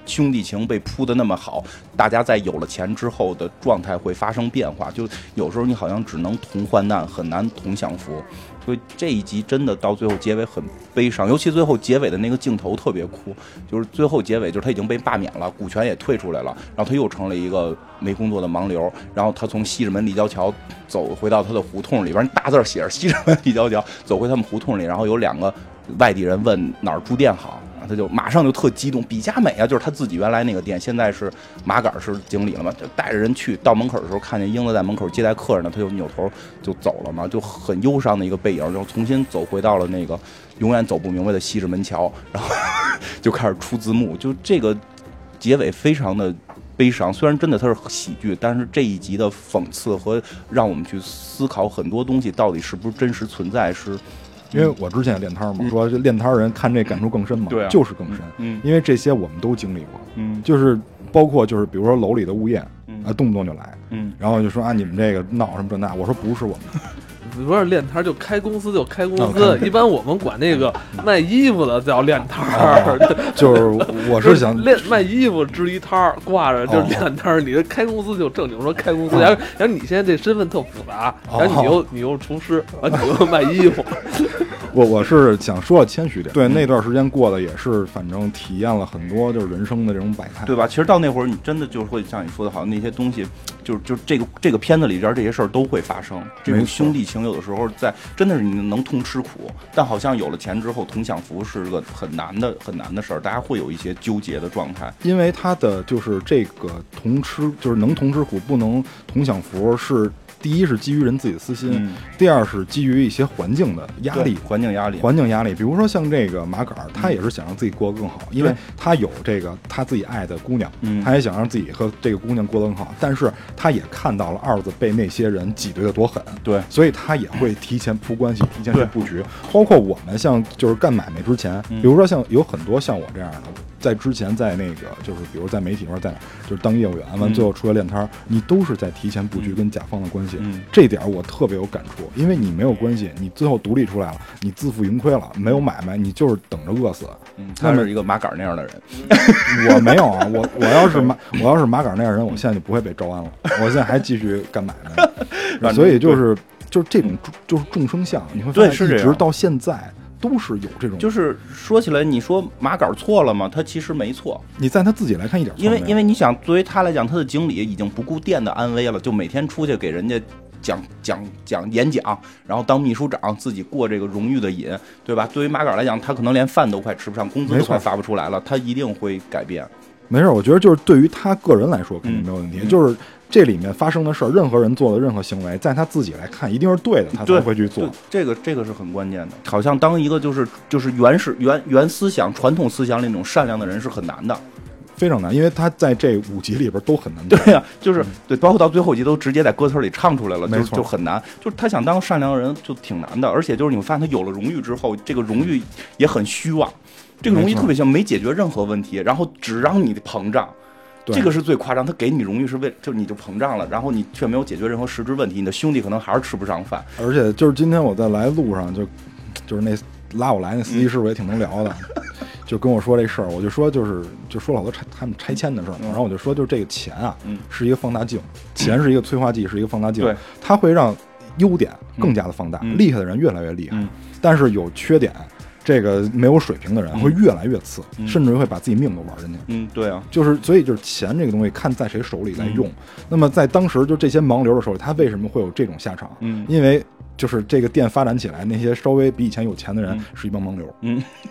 兄弟情被铺得那么好，大家在有了钱之后的状态会发生变化，就有时候你好像只能同患难，很难同享福。所以这一集真的到最后结尾很悲伤，尤其最后结尾的那个镜头特别哭，就是最后结尾就是他已经被罢免了，股权也退出来了，然后他又成了一个没工作的盲流，然后他从西直门立交桥走回到他的胡同里边，大字写着西直门立交桥，走回他们胡同里，然后有2个外地人问哪儿住店好，他就马上就特激动，比佳美啊，就是他自己原来那个店，现在是马杆是经理了嘛，就带着人去，到门口的时候看见英子在门口接待客人呢，他就扭头就走了嘛，就很忧伤的一个背影，然后重新走回到了那个永远走不明白的西直门桥，然后就开始出字幕，就这个结尾非常的悲伤，虽然真的它是喜剧，但是这一集的讽刺和让我们去思考很多东西到底是不是真实存在是。
因为我之前也练摊嘛，说这练摊人看这感触更深嘛，
对啊，
就是更深，因为这些我们都经历过，就是包括就是比如说楼里的物业，动不动就来，然后就说啊你们这个闹什么这那，我说不是我们。
不是练摊就开公司就开公司，一般我们管那个卖衣服的叫练摊儿，
就是我是想
卖衣服支一摊儿挂着就是练摊儿，你这开公司就正经说开公司，然后你现在这身份特复杂，然后你又厨师，然后你又卖衣服。
我是想说的谦虚点，对那段时间过的也是，反正体验了很多就是人生的这种百态，
对吧？其实到那会儿你真的就会像你说的，好像那些东西，就这个片子里边这些事儿都会发生。这种兄弟情有的时候在真的是你能同吃苦，但好像有了钱之后同享福是个很难的事儿，大家会有一些纠结的状态。
因为他的就是这个同吃就是能同吃苦不能同享福是。第一是基于人自己的私心，第二是基于一些环境的压力，
环境压力。
比如说像这个马杆，他也是想让自己过得更好，因为他有这个他自己爱的姑娘，他也想让自己和这个姑娘过得更好，但是他也看到了二子被那些人挤兑的多狠，
对，
所以他也会提前铺关系，提前去布局。包括我们像就是干买卖之前，比如说像有很多像我这样的。在之前，在那个就是，比如在媒体或者在哪，就是当业务员，完最后出来练摊，你都是在提前布局跟甲方的关系。这点我特别有感触，因为你没有关系，你最后独立出来了，你自负盈亏了，没有买卖，你就是等着饿死。
他是一个马杆那样的人，
我没有啊，我要是马杆那样的人，我现在就不会被招安了，我现在还继续干买卖。所以就是这种就是众生相，你会发现一直到现在。都是有这种，
就是说起来，你说马杆错了吗？他其实没错。
你在他自己来看一点错没有，
因为你想，作为他来讲，他的经理已经不顾店的安危了，就每天出去给人家讲演讲，然后当秘书长，自己过这个荣誉的瘾，对吧？对于马杆来讲，他可能连饭都快吃不上，工资都快发不出来了，他一定会改变。
没事，我觉得就是对于他个人来说肯定没有问题，就是这里面发生的事儿，任何人做的任何行为，在他自己来看一定是对的，他才会去做。
这个是很关键的。好像当一个就是原思想、传统思想里那种善良的人是很难的，
非常难，因为他在这5集里边都很难。
对呀，就是对，包括到最后一集都直接在歌词里唱出来了，就很难。就是他想当善良的人就挺难的，而且就是你会发现他有了荣誉之后，这个荣誉也很虚妄。这个荣誉特别像没解决任何问题，然后只让你膨胀，这个是最夸张。他给你荣誉是为就你就膨胀了，然后你却没有解决任何实质问题，你的兄弟可能还是吃不上饭。
而且就是今天我在来路上就是那拉我来那司机师傅也挺能聊的，就跟我说这事儿，我就说就说了好多他们拆迁的事儿，然后我就说就是这个钱啊是一个放大镜，钱是一个催化剂，是一个放大镜，它会让优点更加的放大，厉害的人越来越厉害，但是有缺点。这个没有水平的人会越来越次，甚至会把自己命都玩进去。
对啊，
所以就是钱这个东西，看在谁手里来用。那么在当时就这些盲流的手里，他为什么会有这种下场？因为就是这个店发展起来，那些稍微比以前有钱的人是一帮盲流。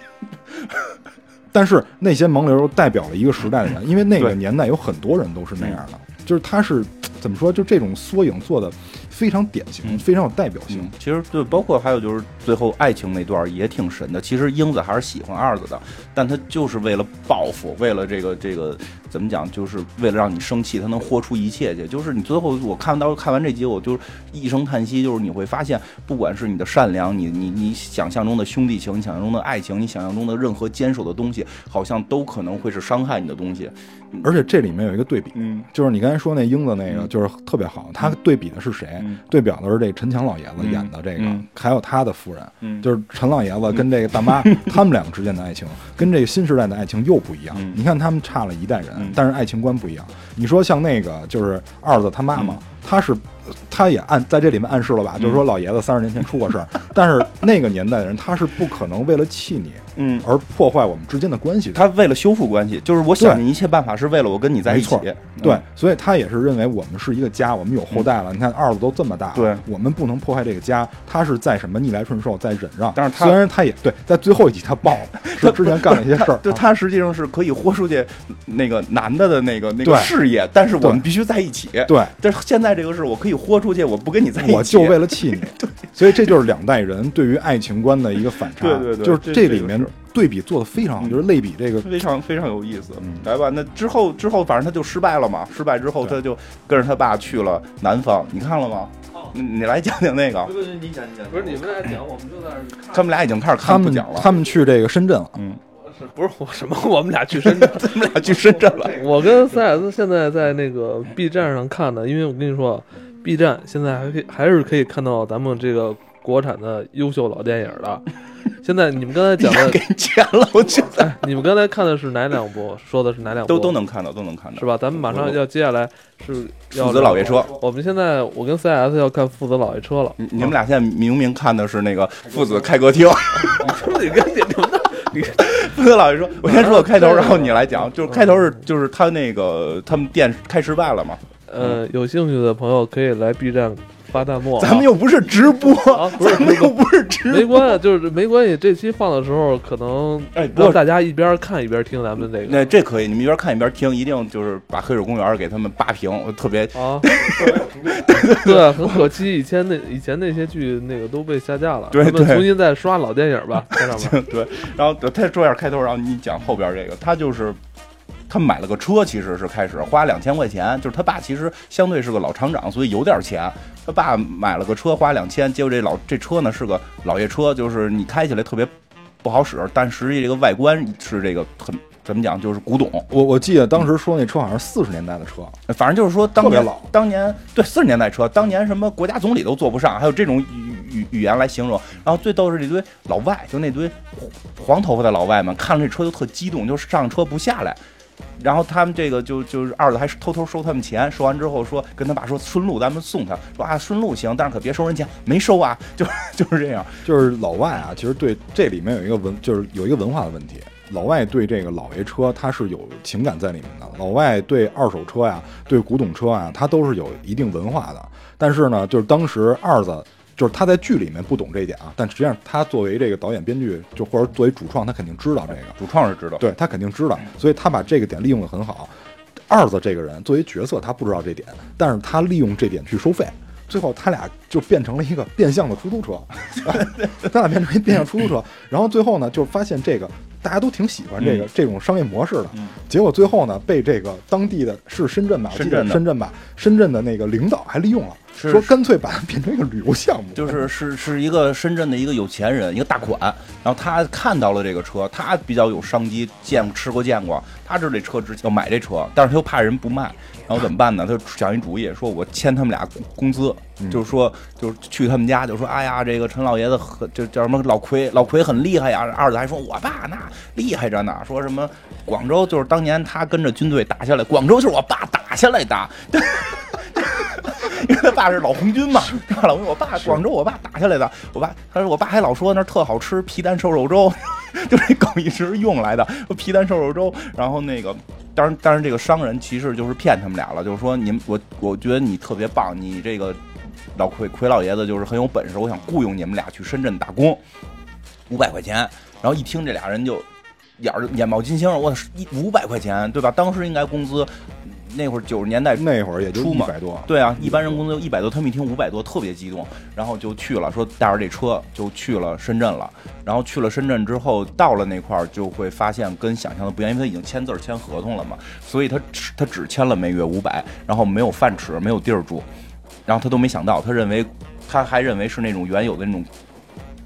但是那些盲流代表了一个时代的人，因为那个年代有很多人都是那样的，就是他是怎么说？就这种缩影做的非常典型，非常有代表性。
其实对，包括还有就是最后爱情那段也挺神的。其实英子还是喜欢二子的，但他就是为了报复，为了这个怎么讲，就是为了让你生气，他能豁出一切去。就是你最后我看完这集，我就一声叹息，就是你会发现，不管是你的善良，你想象中的兄弟情，你想象中的爱情，你想象中的任何坚守的东西，好像都可能会是伤害你的东西。
而且这里面有一个对比，就是你刚才说那英子那个就是特别好，他对比的是谁？对表的是这陈强老爷子演的这个，还有他的夫人，就是陈老爷子跟这个大妈他们两个之间的爱情，跟这个新时代的爱情又不一样。你看他们差了一代人，但是爱情观不一样。你说像那个就是二子他妈妈，他也在这里面暗示了吧，就是说老爷子30年前出过事儿，但是那个年代的人他是不可能为了气你，而破坏我们之间的关系，
他为了修复关系，就是我想尽一切办法是为了我跟你在一起。
对，所以他也是认为我们是一个家，我们有后代了。你看二子都这么大了，
对，
我们不能破坏这个家。他是在什么逆来顺受，在忍让。
但是
虽然他也对，在最后一集他爆了，是之前干了一些事儿，
对，他实际上是可以豁出去那个男的那个事业，但是我们必须在一起。
对，
但是现在这个事我可以豁出去，我不跟你在一起，
我就为了气你。对，所以这就是两代人对于爱情观的一个反差。
对，
就是这里面对比做的非常好，就是类比这个
非常非常有意思。来吧，那之后反正他就失败了嘛，失败之后他就跟着他爸去了南方，你看了吗？你来讲讲那个。
不是你讲，
不是你们俩讲，我们就在
看。他们俩已经开始看不讲了。
他们去这个深圳了。
不是我什么？我们俩去深圳，
他们俩去深圳了。
我跟4S现在在那个 B 站上看的，因为我跟你说 ，B 站现在还是可以看到咱们这个国产的优秀老电影的。现在你们刚才讲的
给钱了，我觉得。
你们刚才看的是哪两部？说的是哪两部？
都能看到，是
吧？咱们马上要接下来是要
父子老爷车。
我们现在我跟 4S 要看父子老爷车了。
你们俩现在明明看的是那个父子开歌厅。
你跟你
父子老爷车，我先说开头，然后你来讲。就是开头就是他那个他们店开失败了嘛。
有兴趣的朋友可以来 B 站发弹幕。
咱们又不是直播，咱们又不是直播，
没关系，就是没关系。这期放的时候，可能让大家一边看一边听咱们这个。
那这可以，你们一边看一边听，一定就是把《黑水公园》给他们扒平，特别
对，很可惜，以前那些剧那个都被下架了，
对，
咱们重新再刷老电影吧，在上面。
对，然后他说一下开头，然后你讲后边这个，他就是。他买了个车，其实是开始花2000块钱，就是他爸其实相对是个老厂长，所以有点钱。他爸买了个车，花2000，结果这车呢是个老爷车，就是你开起来特别不好使，但实际这个外观是这个很怎么讲，就是古董。
我记得当时说那车好像是40年代的车，
反正就是说当年对40年代车，当年什么国家总理都坐不上，还有这种语言来形容。然后最逗是这堆老外，就那堆黄头发的老外们，看了这车就特激动，就上车不下来。然后他们这个就是二子还偷偷收他们钱，收完之后说跟他爸说顺路咱们送他，说啊顺路行，但是可别收人钱，没收啊，就是这样。
就是老外啊，其实对这里面有一个文化的问题。老外对这个老爷车他是有情感在里面的，老外对二手车呀、对古董车啊，他都是有一定文化的。但是呢，就是当时二子。就是他在剧里面不懂这一点啊，但实际上他作为这个导演编剧，就或者作为主创，他肯定知道这个。
主创是知道，
对他肯定知道，所以他把这个点利用的很好。二子这个人作为角色，他不知道这点，但是他利用这点去收费，最后他俩就变成了一个变相的出租车，他俩变成一变相出租车，然后最后呢，就发现这个大家都挺喜欢这种商业模式的，结果最后呢，被这个当地的是深圳吧，深圳的那个领导还利用了。说干脆把它变成一个旅游项目，
是一个深圳的一个有钱人，一个大款，然后他看到了这个车，他比较有商机，见过，他知道这车值钱，要买这车，但是他又怕人不卖，然后怎么办呢？他就想一主意，说我签他们俩工资，就是说就是去他们家，就说哎呀，这个陈老爷子就叫什么老奎很厉害呀，二子还说我爸那厉害着呢，说什么广州就是当年他跟着军队打下来，广州就是我爸打下来的。因为他爸是老红军嘛，老红军，我爸广州，我爸打下来的。他说我爸还老说那特好吃皮蛋瘦肉粥，就这梗一直用来的皮蛋瘦肉粥。然后那个，当然这个商人其实就是骗他们俩了，就是说我觉得你特别棒，你这个老奎老爷子就是很有本事，我想雇佣你们俩去深圳打工，500块钱。然后一听这俩人就眼冒金星，我500块钱对吧？当时应该工资。那会儿90年代
那会儿也就100多，
对啊，一般人工资100多，他们一听500多特别激动，然后就去了，说带着这车就去了深圳了。然后去了深圳之后，到了那块儿就会发现跟想象的不一样，因为他已经签合同了嘛，所以他只签了每月500，然后没有饭吃，没有地儿住，然后他都没想到，他还认为是那种原有的那种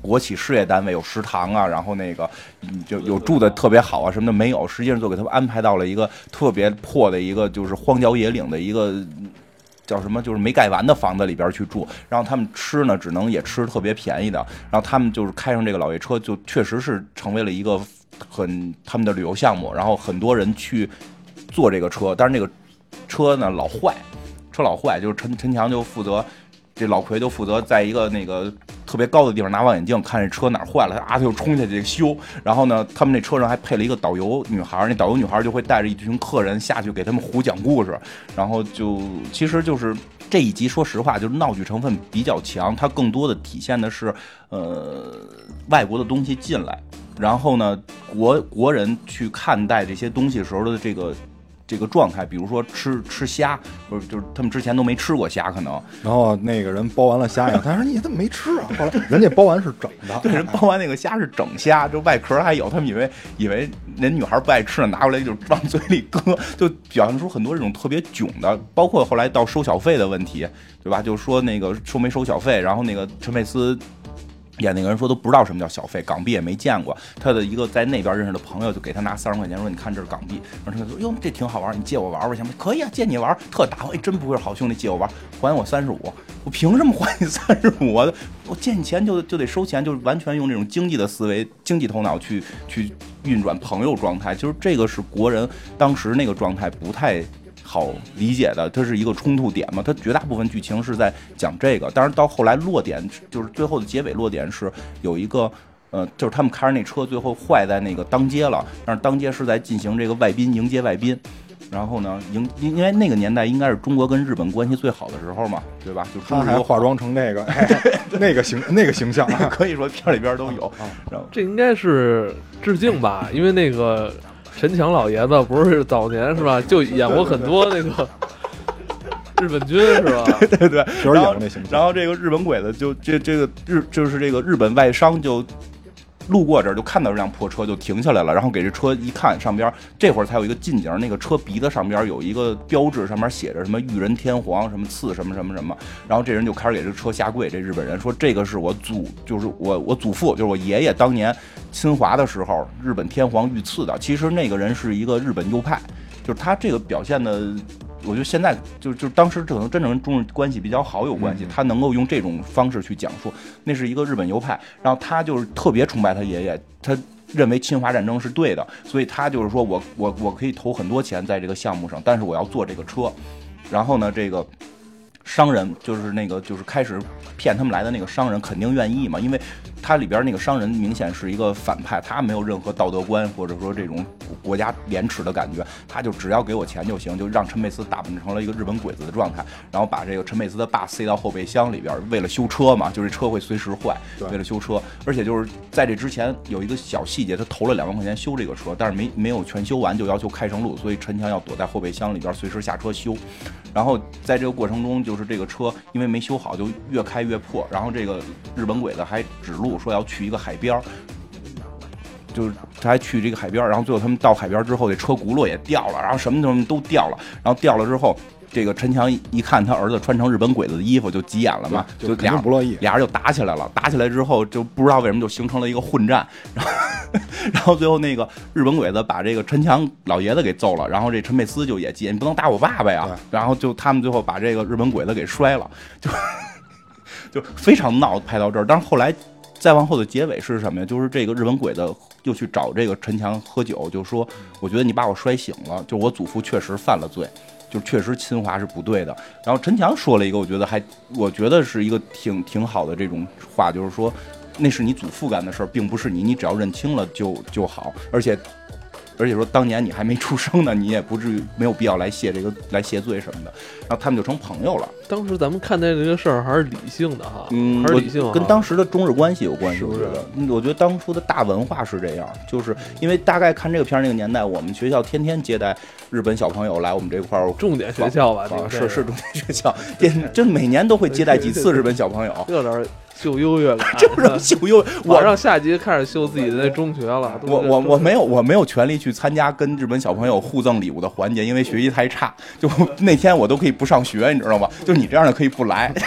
国企事业单位有食堂啊，然后那个就有住的特别好啊什么的没有，实际上就给他们安排到了一个特别破的一个就是荒郊野岭的一个叫什么就是没盖完的房子里边去住，然后他们吃呢只能也吃特别便宜的，然后他们就是开上这个老爷车，就确实是成为了一个他们的旅游项目，然后很多人去坐这个车，但是那个车呢老坏，就是陈强就负责，这老奎就负责在一个那个特别高的地方拿望远镜看这车哪儿坏了，他就冲下去修。然后呢，他们那车上还配了一个导游女孩，那导游女孩就会带着一群客人下去给他们胡讲故事。然后其实就是这一集，说实话就是闹剧成分比较强，它更多的体现的是外国的东西进来，然后呢国人去看待这些东西时候的这个状态，比如说吃虾，就是他们之前都没吃过虾，可能。
然后那个人包完了虾以后，他说你怎么没吃啊？后来人家包完是整的，
对，人包完那个虾是整虾，就外壳还有，他们以为人女孩不爱吃呢，拿过来就往嘴里搁，就表现出很多这种特别囧的，包括后来到收小费的问题，对吧？就说那个收没收小费，然后那个陈佩斯演那个人说都不知道什么叫小费，港币也没见过。他的一个在那边认识的朋友就给他拿30块钱，说你看这是港币。然后他说哟这挺好玩，你借我玩玩行吗？可以啊，借你玩，特大方。哎，真不是好兄弟，借我玩，还我35，我凭什么还你35啊？我借你钱就得收钱，就是完全用这种经济的思维、经济头脑去运转朋友状态。就是这个是国人当时那个状态不太好理解的，它是一个冲突点嘛，它绝大部分剧情是在讲这个，当然到后来落点就是最后的结尾落点是有一个就是他们开着那车最后坏在那个当街了，但是当街是在进行这个迎接外宾，然后呢因为那个年代应该是中国跟日本关系最好的时候嘛，对吧？就
他还化妆成那个那个形象，
可以说片里边都有。然后
这应该是致敬吧，因为那个陈强老爷子不是早年是吧，就演过很多那个日本军是吧？
对，然后这个日本鬼子就是这个日本外商就路过这儿就看到这辆破车就停下来了，然后给这车一看，上边这会儿才有一个近景，那个车鼻子上边有一个标志，上面写着什么裕仁天皇什么赐什么什么什么，然后这人就开始给这车下跪，这日本人说这个是我祖父，就是我爷爷当年侵华的时候日本天皇御赐的，其实那个人是一个日本右派，就是他这个表现的。我觉得现在就当时可能真正跟中日关系比较好有关系，他能够用这种方式去讲述，那是一个日本右派，然后他就是特别崇拜他爷爷，他认为侵华战争是对的，所以他就是说我可以投很多钱在这个项目上，但是我要做这个车，然后呢这个商人就是开始骗他们来的那个商人肯定愿意嘛，因为他里边那个商人明显是一个反派，他没有任何道德观或者说这种国家廉耻的感觉，他就只要给我钱就行，就让陈佩斯打扮成了一个日本鬼子的状态，然后把这个陈佩斯的爸塞到后备箱里边，为了修车嘛，就是车会随时坏，为了修车，而且就是在这之前有一个小细节，他投了2万块钱修这个车，但是没有全修完就要求开上路，所以陈强要躲在后备箱里边随时下车修，然后在这个过程中就是这个车因为没修好就越开越破，然后这个日本鬼子还指路说要去一个海边，就是他还去这个海边，然后最后他们到海边之后，这车轱辘也掉了，然后什么东西都掉了，然后掉了之后，这个陈强一看他儿子穿成日本鬼子的衣服，就急眼了嘛，就
肯定不乐意，
俩人就打起来了，打起来之后就不知道为什么就形成了一个混战，然后最后那个日本鬼子把这个陈强老爷子给揍了，然后这陈佩斯就也急，你不能打我爸爸呀，然后就他们最后把这个日本鬼子给摔了，就非常闹，拍到这儿，但是后来。再往后的结尾是什么呀？就是这个日本鬼子又去找这个陈强喝酒，就说我觉得你把我摔醒了，就我祖父确实犯了罪，就确实侵华是不对的。然后陈强说了一个我觉得是一个挺好的这种话，就是说那是你祖父干的事儿，并不是你只要认清了就好，而且说当年你还没出生呢，你也不至于没有必要来谢罪什么的，然后他们就成朋友了。
当时咱们看待这个事儿还是理性的哈，还是理性，
跟当时的中日关系有关系，
是不是？
我觉得当初的大文化是这样，就是因为大概看这个片儿那个年代，我们学校天天接待日本小朋友来我们这块儿，
重点学校吧，
是重点学校，就每年都会接待几次日本小朋友，
有点秀优越感，
就是秀优。
我让下集开始秀自己的那中学了。
我没有权利去参加跟日本小朋友互赠礼物的环节，因为学习太差。就那天我都可以不上学，你知道吗？就你这样的可以不来。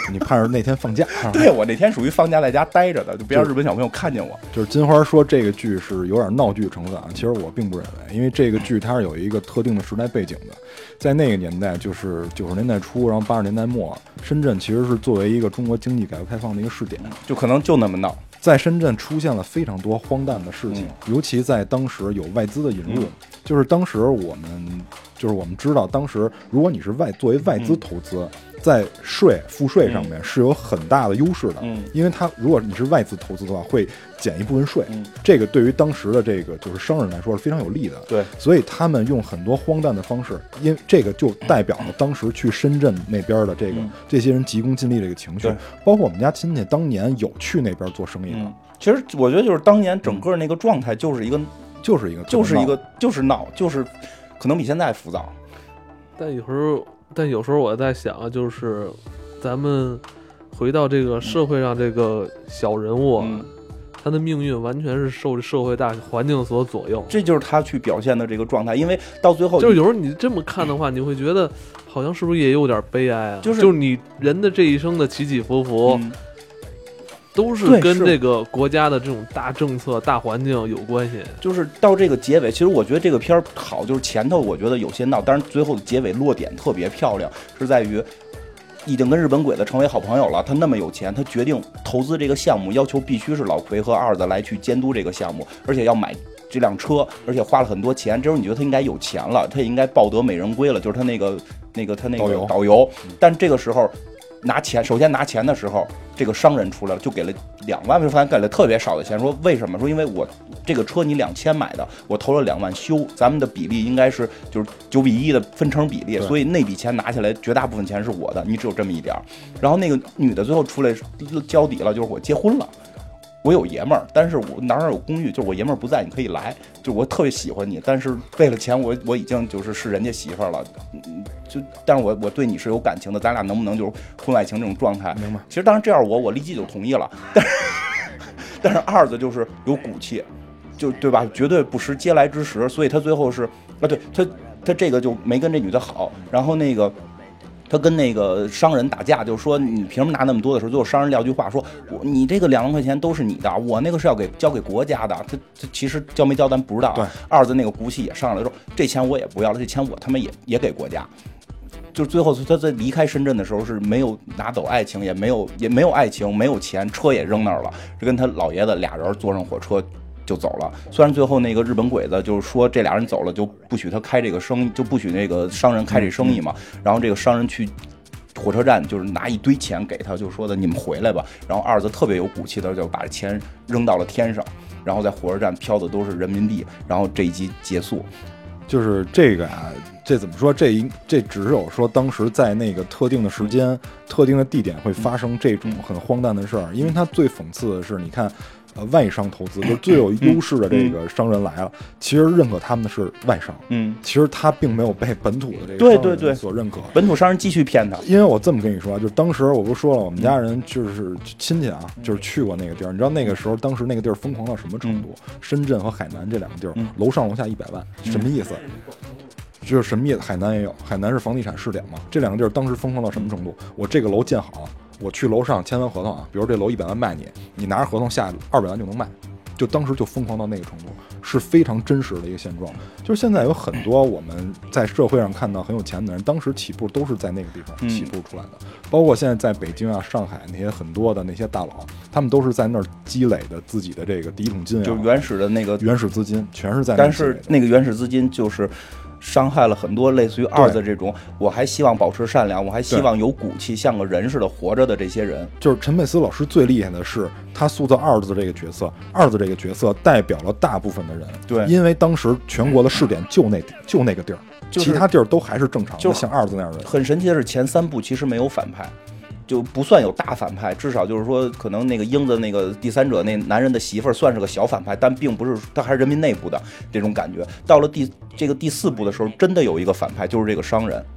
你盼着那天放假。
对，我那天属于放假在家待着的，就别让日本小朋友看见我。
就是金花说这个剧是有点闹剧成分啊，其实我并不认为，因为这个剧它是有一个特定的时代背景的，在那个年代就是90年代初，然后80年代末，深圳其实是作为一个中国经济改革开放的一个试点，
就可能就那么闹。
在深圳出现了非常多荒诞的事情，尤其在当时有外资的引入，就是当时我们知道，当时如果你是作为外资投资，在赋税上面是有很大的优势的，因为如果你是外资投资的话，会减一部分税，这个对于当时的这个就是商人来说是非常有利的。
对，
所以他们用很多荒诞的方式，因为这个就代表了当时去深圳那边的这些人急功近利的一个情绪。包括我们家亲戚当年有去那边做生意的。
其实我觉得就是当年整个那个状态就是一个闹，就是可能比现在浮躁。
但有时候我在想，就是咱们回到这个社会上，这个小人物，他的命运完全是受社会大环境所左右。
这就是他去表现的这个状态，因为到最后，
就是有时候你这么看的话，你会觉得好像是不是也有点悲哀啊？就是你人的这一生的起起伏伏。都是跟这个国家的这种大政策、大环境有关系。
就是到这个结尾，其实我觉得这个片儿好，就是前头我觉得有些闹，但是最后的结尾落点特别漂亮，是在于已经跟日本鬼子成为好朋友了。他那么有钱，他决定投资这个项目，要求必须是老奎和二子来去监督这个项目，而且要买这辆车，而且花了很多钱。这时候你觉得他应该有钱了，他也应该抱得美人归了，就是他那个导游。但这个时候首先拿钱的时候，这个商人出来了，就给了2万，反正给了特别少的钱。说为什么？说因为我这个车你2000买的，我投了2万修，咱们的比例应该是就是9:1的分成比例，所以那笔钱拿下来绝大部分钱是我的，你只有这么一点。然后那个女的最后出来交底了，就是我结婚了。我有爷们儿，但是我哪有公寓，就是我爷们儿不在，你可以来，就我特别喜欢你，但是为了钱我已经是人家媳妇儿了，但是我对你是有感情的，咱俩能不能就是婚外情这种状态？
明白？
其实当然这样我立即就同意了，但是二子就是有骨气，就对吧？绝对不识嗟来之食，所以他最后是对他这个就没跟这女的好，然后那个。他跟那个商人打架，就是说你凭什么拿那么多的时候，最后商人撂句话说，你这个2万块钱都是你的，我那个是要交给国家的。他其实交没交咱不知道。
对，
二子那个骨气也上来说，这钱我也不要了，这钱我他妈也给国家。就是最后他在离开深圳的时候是没有拿走爱情，也没有爱情，没有钱，车也扔那儿了，是跟他老爷子俩人坐上火车。就走了。虽然最后那个日本鬼子就是说这俩人走了就不许他开这个生意，就不许那个商人开这生意嘛。然后这个商人去火车站就是拿一堆钱给他，就说的你们回来吧。然后二子特别有骨气的就把钱扔到了天上，然后在火车站飘的都是人民币。然后这一集结束。
就是这个啊，这怎么说？这只有说当时在那个特定的时间、特定的地点会发生这种很荒诞的事儿。因为他最讽刺的是，你看。外商投资就是最有优势的这个商人来了，其实认可他们的是外商，其实他并没有被本土的这个商人所认可，
本土商人继续骗他。
因为我这么跟你说啊，就是当时我不是说了，我们家人就是亲戚啊，就是去过那个地儿，你知道那个时候当时那个地儿疯狂到什么程度？深圳和海南这2个地儿，楼上楼下100万，什么意思？就是什么意思？海南也有，海南是房地产试点嘛。这2个地儿当时疯狂到什么程度？我这个楼建好。我去楼上签完合同啊，比如这楼100万卖你拿着合同下200万就能卖，就当时就疯狂到那个程度，是非常真实的一个现状。就是现在有很多我们在社会上看到很有钱的人，当时起步都是在那个地方起步出来的，包括现在在北京啊、上海那些很多的那些大佬，他们都是在那儿积累的自己的这个第一桶金啊，
就原始的那个
原始资金全是在那儿积累的。
但是那个原始资金就是伤害了很多类似于二子这种我还希望保持善良，我还希望有骨气像个人似的活着的这些人。
就是陈佩斯老师最厉害的是他塑造二子这个角色，二子这个角色代表了大部分的人。
对，
因为当时全国的试点就那个地儿，其他地儿都还是正常的，就像二子那样的。
很神奇的是前3部其实没有反派，就不算有大反派，至少就是说可能那个英子那个第三者那男人的媳妇儿算是个小反派，但并不是，他还是人民内部的这种感觉。到了第4部的时候真的有一个反派，就是这个商人。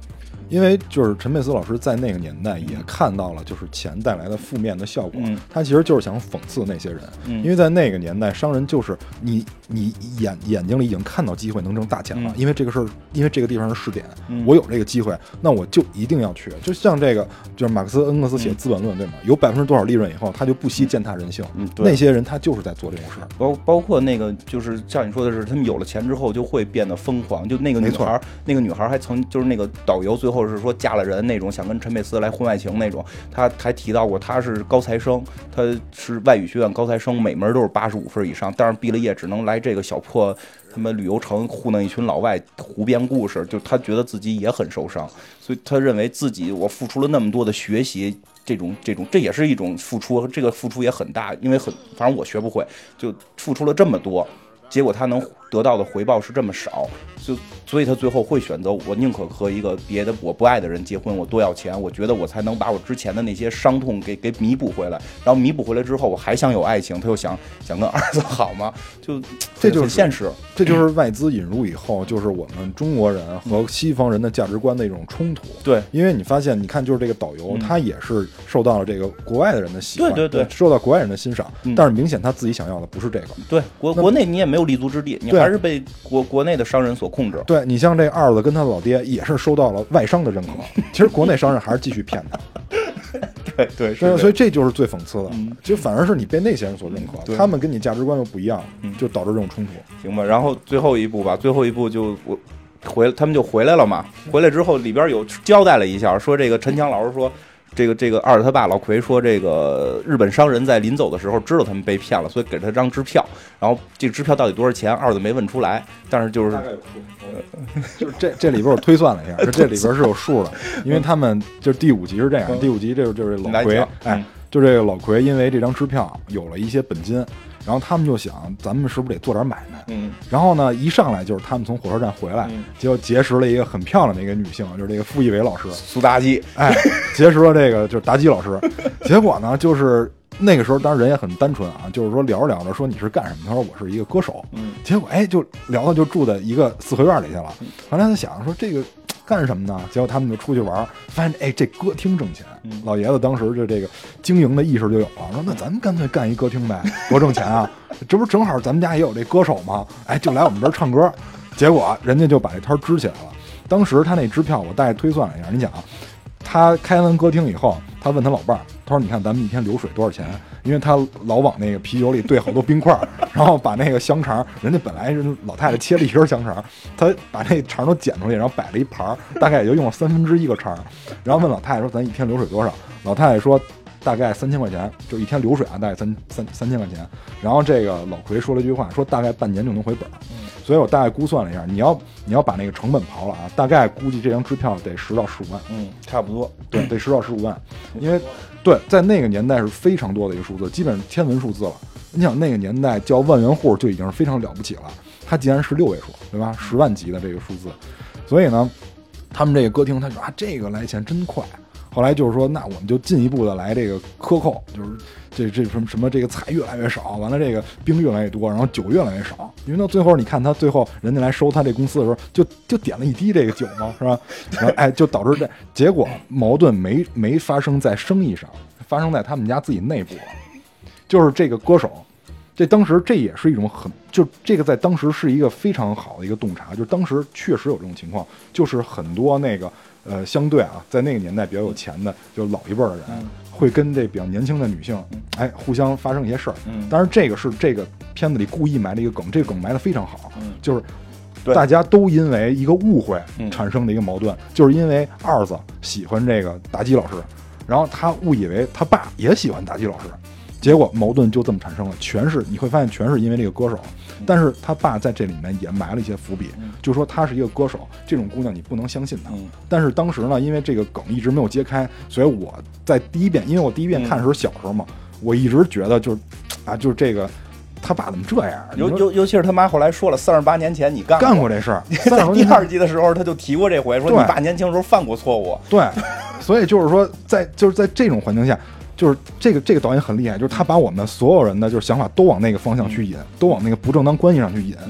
因为就是陈佩斯老师在那个年代也看到了就是钱带来的负面的效果，他其实就是想讽刺那些人，因为在那个年代商人就是你眼睛里已经看到机会能挣大钱了，因为这个事儿，因为这个地方是试点，我有这个机会，那我就一定要去。就像这个就是马克思恩格斯写《资本论》对吗？有多少利润以后，他就不惜践踏人性，那些人他就是在做这种事儿。
包括那个就是像你说的是，他们有了钱之后就会变得疯狂。就那个女孩还曾就是那个导游最后是说嫁了人那种，想跟陈佩斯来婚外情那种。他还提到过他是高材生，他是外语学院高材生，每门都是85分以上，但是毕了业只能来这个小破他们旅游城糊弄一群老外胡编故事，就他觉得自己也很受伤，所以他认为自己我付出了那么多的学习，这也是一种付出，这个付出也很大，因为反正我学不会，就付出了这么多，结果他能得到的回报是这么少，所以他最后会选择我宁可和一个别的我不爱的人结婚，我多要钱，我觉得我才能把我之前的那些伤痛给弥补回来，然后弥补回来之后我还想有爱情，他又想跟儿子好吗？这就是现实，
这就是外资引入以后就是我们中国人和西方人的价值观的一种冲突。
对，
因为你发现你看就是这个导游，他也是受到了这个国外的人的喜欢，
对，
受到国外人的欣赏，但是明显他自己想要的不是这个。
对，国内你也没有立足之地，你还是被国内的商人所控制。
对，你像这二子跟他老爹也是受到了外商的认可，其实国内商人还是继续骗他。
对，
所以这就是最讽刺的，就反而是你被那些人所认可，他们跟你价值观又不一样，就导致这种冲突。
行吧，然后最后一步就他们就回来了嘛。回来之后里边有交代了一下，说这个陈强老师说。这个二子他爸老奎说，这个日本商人在临走的时候知道他们被骗了，所以给他张支票。然后这个支票到底多少钱，二子没问出来，但是就是大概有
数，就是这里边我推算了一下，这里边是有数的，因为他们就是第5集是这样，第5集就是老奎，就这个老奎因为这张支票有了一些本金。然后他们就想，咱们是不是得做点买卖？然后呢，一上来就是他们从火车站回来，结果结识了一个很漂亮的一个女性，就是这个傅艺伟老师，
苏妲己，
结识了这个就是妲己老师。结果呢，就是那个时候，当然人也很单纯啊，就是说聊着聊着说你是干什么？他说我是一个歌手。结果就聊到就住在一个4合院里去了。后来他想说这个干什么呢？结果他们就出去玩，发现这歌厅挣钱。老爷子当时就这个经营的意识就有了，说那咱们干脆干一歌厅呗，多挣钱啊！这不正好咱们家也有这歌手吗？就来我们这儿唱歌。结果人家就把这摊支起来了。当时他那支票我大概推算了一下，你想啊，他开完歌厅以后，他问他老伴儿，他说你看咱们一天流水多少钱？因为他老往那个啤酒里兑好多冰块，然后把那个香肠，人家本来是老太太切了一根香肠，他把那肠都捡出去，然后摆了一盘，大概也就用了1/3个肠，然后问老太太说咱一天流水多少？老太太说大概3000块钱，就一天流水啊，大概3000块钱。然后这个老奎说了一句话，说大概半年就能回本。所以我大概估算了一下，你要把那个成本刨了啊，大概估计这张支票得10到15万。
差不多，
对，得10到15万，因为对，在那个年代是非常多的一个数字，基本上天文数字了。你想那个年代叫万元户就已经是非常了不起了，它竟然是6位数，对吧？10万级的这个数字。所以呢，他们这个歌厅他说这个来钱真快。后来就是说，那我们就进一步的来这个克扣，就是这什么这个菜越来越少，完了这个冰越来越多，然后酒越来越少。因为到最后，你看他最后人家来收他这公司的时候，就点了一滴这个酒嘛，是吧？然后就导致结果矛盾没发生在生意上，发生在他们家自己内部了。就是这个歌手，当时这也是一种就这个在当时是一个非常好的一个洞察，就是当时确实有这种情况，就是很多那个。相对啊，在那个年代比较有钱的，就老一辈的人，会跟这比较年轻的女性，互相发生一些事儿。当然，这个是这个片子里故意埋的一个梗，这个梗埋的非常好，就是大家都因为一个误会产生的一个矛盾，就是因为二子喜欢这个妲己老师，然后他误以为他爸也喜欢妲己老师，结果矛盾就这么产生了，你会发现全是因为这个歌手。但是他爸在这里面也埋了一些伏笔，就是说他是一个歌手，这种姑娘你不能相信她。但是当时呢，因为这个梗一直没有揭开，所以我在第一遍，因为我第一遍看的时候小时候嘛，我一直觉得就是这个他爸怎么这样？
尤其是他妈后来说了，48年前你
干过这事儿。
在第2集的时候他就提过这回，说你爸年轻时候犯过错误。
对，所以就是说在这种环境下。就是这个导演很厉害，就是他把我们所有人的就是想法都往那个方向去引，都往那个不正当关系上去引。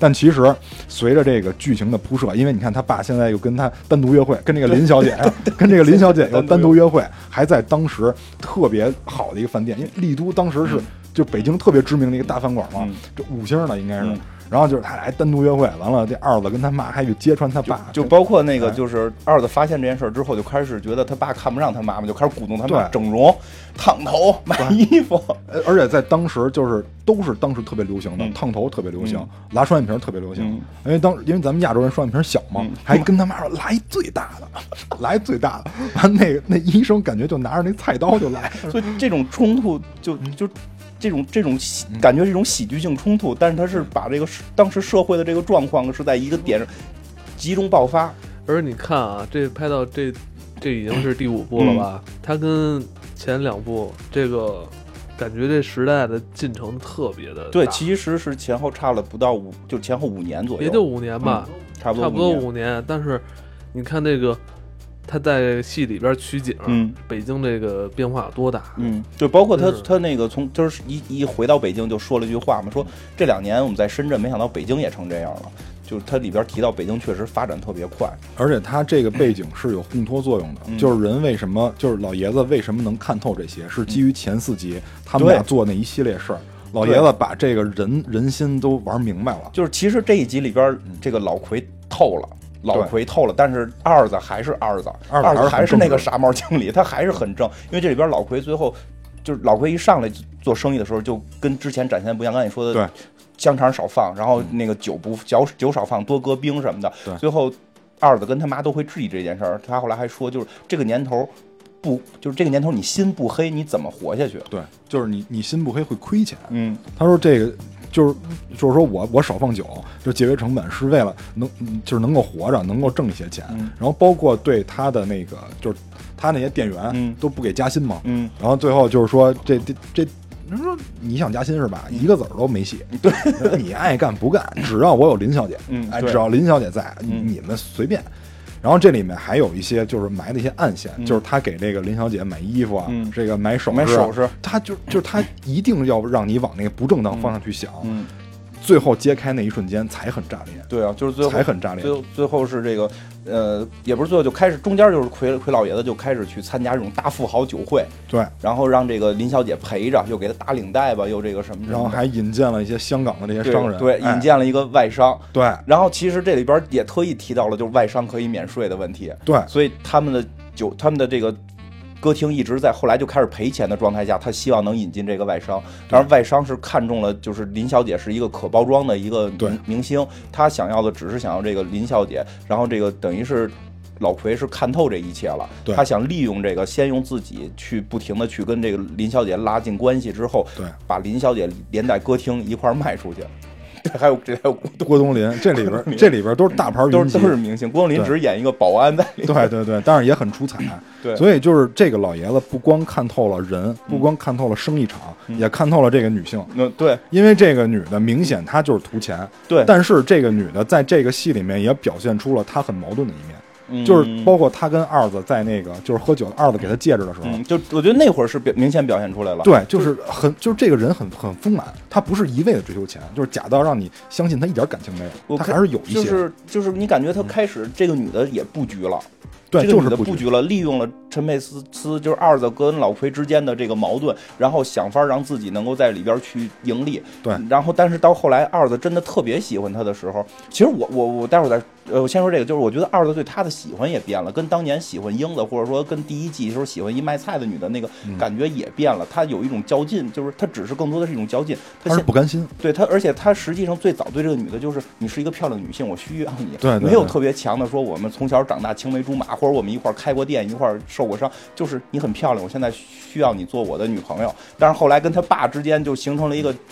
但其实随着这个剧情的铺设，因为你看他爸现在又跟他单独约会，跟这个林小姐跟这个林小姐又单独约会，还在当时特别好的一个饭店，因为丽都当时是就北京特别知名的一个大饭馆嘛，这5星的应该是。然后就是他俩还单独约会，完了这二子跟他妈还去揭穿他爸，
就包括那个就是二子发现这件事之后，就开始觉得他爸看不上他妈妈，就开始鼓动他妈整容、烫头、买衣服，
而且在当时就是都是当时特别流行的，烫头特别流行，拉双眼皮特别流行，因为咱们亚洲人双眼皮小嘛，还跟他妈说来最大的，来最大的，完那医生感觉就拿着那菜刀就来，
所以这种冲突就。这种感觉是一种喜剧性冲突，但是他是把这个当时社会的这个状况是在一个点上集中爆发。
而你看啊，这拍到这已经是第5部了吧？它跟前2部这个感觉这时代的进程特别的大。
对，其实是前后差了不到就前后5年左右，
也就5年吧，差不多5年。但是你看这个。他在戏里边取景，北京这个变化有多大？
就包括他那个从就是一回到北京就说了一句话嘛，说这2年我们在深圳，没想到北京也成这样了。就是他里边提到北京确实发展特别快，
而且他这个背景是有烘托作用的。就是人为什么，就是老爷子为什么能看透这些，是基于前4集他们俩做那一系列事儿。老爷子把这个人心都玩明白了。
就是其实这一集里边，这个老奎透了。老奎透了，但是二子还是二子还是那个傻帽经理，他还是很正。因为这里边老奎最后就是老奎一上来做生意的时候，就跟之前展现的不一样。刚才你说的，香肠少放，然后那个酒少放，多搁冰什么的。最后二子跟他妈都会质疑这件事儿。他后来还说，就是这个年头就是这个年头你心不黑，你怎么活下去？
对，就是你心不黑会亏钱。他说这个。就是说我少放酒，就节约成本，是为了能够活着，能够挣一些钱。然后包括对他的那个，就是他那些店员都不给加薪嘛。然后最后就是说这，你说你想加薪是吧？一个子儿都没写。
对，
你爱干不干，只要我有林小姐，只要林小姐在，你们随便。然后这里面还有一些就是埋的一些暗线，就是他给这个林小姐买衣服啊，这个买首饰，他就是他一定要让你往那个不正当方向去想，最后揭开那一瞬间才很炸裂。
对啊，就是最后
才很炸裂。
最后是这个也不是最后就开始，中间就是奎老爷子就开始去参加这种大富豪酒会，
对，
然后让这个林小姐陪着，又给他打领带吧，又这个什么，
然后还引荐了一些香港的这些商人，
对，引荐了一个外商，
对，
然后其实这里边也特意提到了就是外商可以免税的问题，
对，
所以他们的这个歌厅一直在后来就开始赔钱的状态下，他希望能引进这个外商，当然外商是看中了就是林小姐是一个可包装的一个明星，他想要的只是想要这个林小姐，然后这个等于是老奎是看透这一切了，他想利用这个，先用自己去不停的去跟这个林小姐拉近关系之后，
对，
把林小姐连带歌厅一块卖出去。还有
郭冬临，这里边都是大牌云集，
都是明星。郭冬临只是演一个保安在里面，
对，但是也很出彩。
对，
所以就是这个老爷子不光看透了人，不光看透了生意场，也看透了这个女性。
对，
因为这个女的明显她就是图钱，
对，
但是这个女的在这个戏里面也表现出了她很矛盾的一面。就是包括他跟二子在那个就是喝酒，二子给他戒指的时候，
就我觉得那会儿是明显表现出来了。
对，就是就是这个人很丰满，他不是一味的追求钱，就是假到让你相信他一点感情没有，他还是有一些。
就是你感觉他开始这个女的也布局了。
对，
就是布局了，利用了陈佩斯就是二子跟老奎之间的这个矛盾，然后想法让自己能够在里边去盈利。
对，
然后但是到后来二子真的特别喜欢他的时候，其实我待会儿再我先说这个，就是我觉得二子对他的喜欢也变了，跟当年喜欢英子或者说跟第一季时候喜欢一卖菜的女的那个感觉也变了。他有一种较劲，就是他只是更多的是一种较劲，
他是不甘心。
对他，而且他实际上最早对这个女的就是你是一个漂亮女性，我需要你。
对，
没有特别强的说我们从小长大青梅竹马，或者我们一块开过店，一块受过伤，就是你很漂亮，我现在需要你做我的女朋友。但是后来跟他爸之间就形成了一个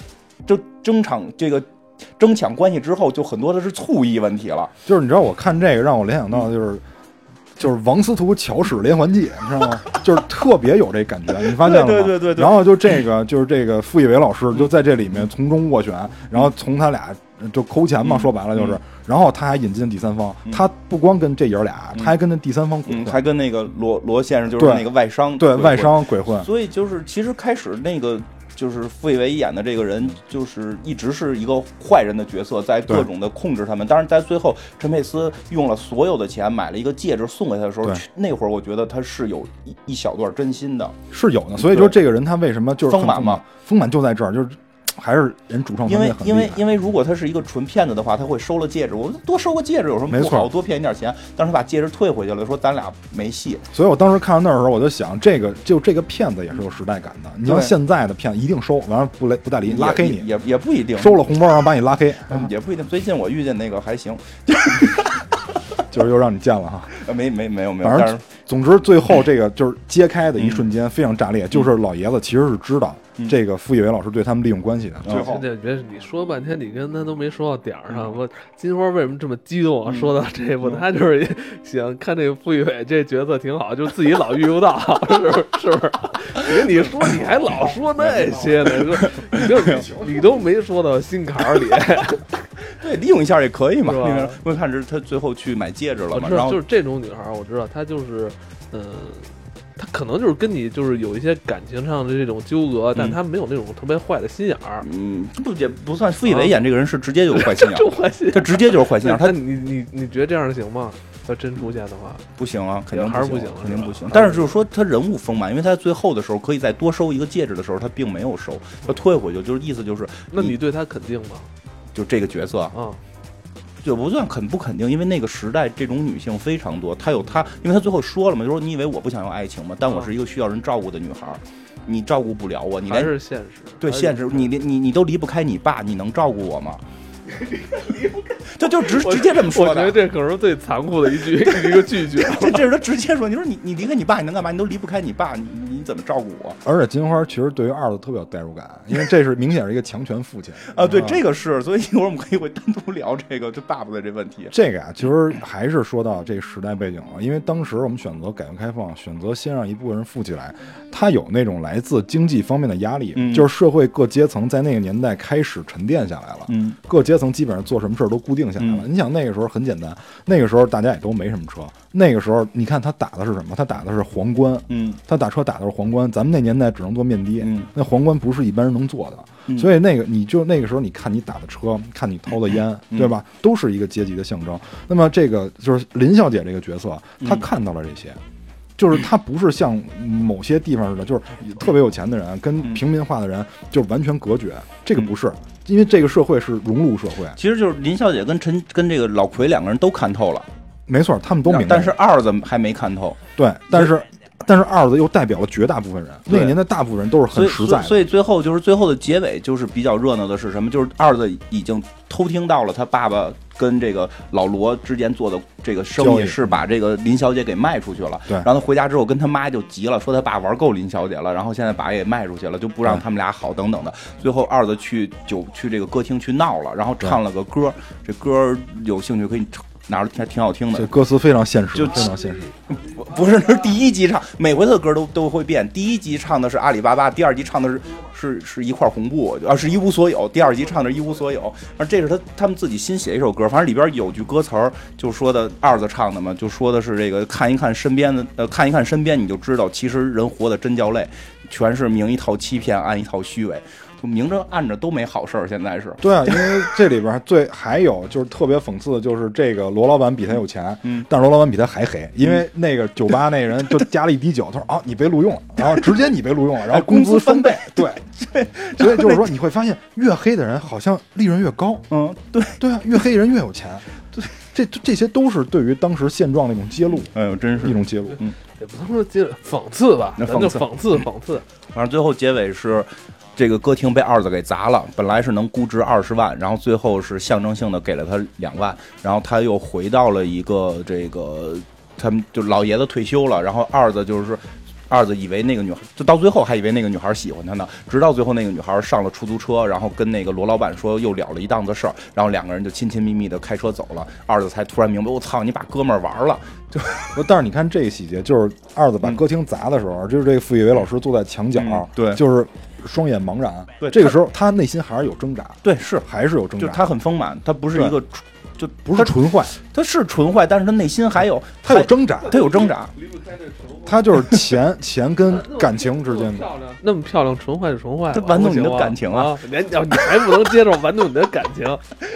争抢关系之后，就很多的是醋意问题了。
就是你知道我看这个让我联想到的就是王司徒乔史连环计，你知道吗？就是特别有这感觉，你发现了吗？
对。
然后就是这个傅艺伟老师就在这里面从中斡旋，然后从他俩就抠钱嘛，说白了就是。然后他还引进第三方，他不光跟这爷俩，他还跟那第三方鬼混，
还跟那个罗先生就是那个外商，
对外商鬼混。
所以就是其实开始那个。 就是傅艺伟演的这个人，就是一直是一个坏人的角色，在各种的控制他们。当然，在最后陈佩斯用了所有的钱买了一个戒指送给他的时候，那会儿我觉得他是有一小段真心的，
是有的。所以说这个人他为什么就是
丰满嘛？
丰满就在这儿，就是。还是人主创团队很厉害，
因为如果他是一个纯骗子的话，他会收了戒指，我多收个戒指有什么不好？多骗你点钱，但是他把戒指退回去了，说咱俩没戏。
所以我当时看到那儿的时候，我就想，这个骗子也是有时代感的。你像现在的骗子一定收，完了不带理，拉黑你，
也不一定
收了红包然后把你拉黑，
也不一定。最近我遇见那个还行，
就是又让你见了哈。
没有，
反正总之最后这个就是揭开的一瞬间非常炸裂，就是老爷子其实是知道。这个傅艺伟老师对他们利用关系的，最后
别你说半天，你跟他都没说到点儿上。我金花为什么这么激动啊？说到这一步，他就是想看这个傅艺伟这角色挺好，就自己老遇不到，是不是？你说你还老说那些呢？你都没说到心坎里。
对，利用一下也可以嘛。因为看着他最后去买戒指了嘛，然后
就是这种女孩，我知道她就是他可能就是跟你就是有一些感情上的这种纠葛，但他没有那种特别坏的心眼儿。
也不算。傅艺伟演这个人是直接有坏心眼儿，他直接就是坏心眼儿。
你觉得这样行吗？要真出现的话，
不行啊，肯定
还是不行，
肯定不行。但是就是说他人物丰满，因为他最后的时候可以再多收一个戒指的时候，他并没有收，他退回去，就是意思就是。
那你对他肯定吗？
就这个角色啊。就不算不肯定，因为那个时代这种女性非常多，她有她，因为她最后说了嘛，就说你以为我不想要爱情吗？但我是一个需要人照顾的女孩，你照顾不了我，你
还是现实，
对现实，你都离不开你爸，你能照顾我吗？这就直接这么说的。
我觉得这可能是最残酷的一个拒绝。
这是他直接说，你说你离开你爸你能干嘛？你都离不开你爸，你怎么照顾我？
而且金花其实对于二子特别有代入感，因为这是明显是一个强权父亲
啊。对，这个是，所以一会儿我们可以单独聊这个就爸爸的这问题。
这个啊，其实还是说到这个时代背景了，因为当时我们选择改革开放，选择先让一部分人富起来，他有那种来自经济方面的压力，就是社会各阶层在那个年代开始沉淀下来了，各阶层基本上做什么事都固定下来了。你想那个时候很简单，那个时候大家也都没什么车，那个时候你看他打的是什么？他打的是皇冠，他打车打的是皇冠。咱们那年代只能坐面的，那皇冠不是一般人能坐的，所以那个你就那个时候你看你打的车，看你掏的烟，对吧？都是一个阶级的象征。那么这个就是林小姐这个角色，她看到了这些。就是他不是像某些地方似的，就是特别有钱的人跟平民化的人就完全隔绝，这个不是，因为这个社会是融入社会。
其实就是林小姐跟这个老奎两个人都看透了，
没错，他们都明白，
但是二子还没看透。
对，但是二子又代表了绝大部分人，那个年代大部分人都是很实在的。
所以最后的结尾就是比较热闹的是什么？就是二子已经偷听到了他爸爸跟这个老罗之间做的这个生意是把这个林小姐给卖出去了。
对，
然后他回家之后跟他妈就急了，说他爸玩够林小姐了，然后现在把也卖出去了，就不让他们俩好等等的。最后二子去这个歌厅去闹了，然后唱了个歌，这歌有兴趣可以哪还挺好听的，
这歌词非常现实，非常现实。
不是，那是第一集唱，每回的歌都会变。第一集唱的是阿里巴巴，第二集唱的是一块红布，是一无所有。第二集唱的是一无所有，而这是他们自己新写一首歌，反正里边有句歌词就说的二子唱的嘛，就说的是这个看一看身边的看一看身边，你就知道其实人活得真叫累，全是明一套欺骗，暗一套虚伪。明着暗着都没好事儿，现在是
对啊，因为这里边还有就是特别讽刺的，就是这个罗老板比他有钱，但是罗老板比他还黑，因为那个酒吧那人就加了一滴酒，他说啊你被录用了，然后直接你被录用了，然后工资翻倍，对，所以就是说你会发现越黑的人好像利润越高，对啊，越黑人越有钱，这些都是对于当时现状的一种揭露，
真是
一种揭露，
也不能说揭露，讽刺吧，那就讽刺，
反正最后结尾是。这个歌厅被二子给砸了，本来是能估值20万，然后最后是象征性的给了他2万，然后他又回到了一个这个，他们就老爷子退休了，然后二子以为那个女孩，就到最后还以为那个女孩喜欢他呢，直到最后那个女孩上了出租车，然后跟那个罗老板说又了了一档子事儿，然后2个人就亲亲密密的开车走了，二子才突然明白，我操，你把哥们儿玩了。就
但是你看这个细节，就是二子把歌厅砸的时候，就是这个傅艺伟老师坐在墙角，
对，
就是双眼茫然。
对，
这个时候他内心还是有挣扎。
对，是
还是有挣扎。
就他很丰满，他不是一个就
不是纯坏，
他是纯坏，但是他内心还有
他有挣扎，
他有挣扎，
他就是钱跟感情之间的。
那么漂亮，纯坏就纯坏，
他玩弄你的感情啊！
你还不能接受玩弄你的感情，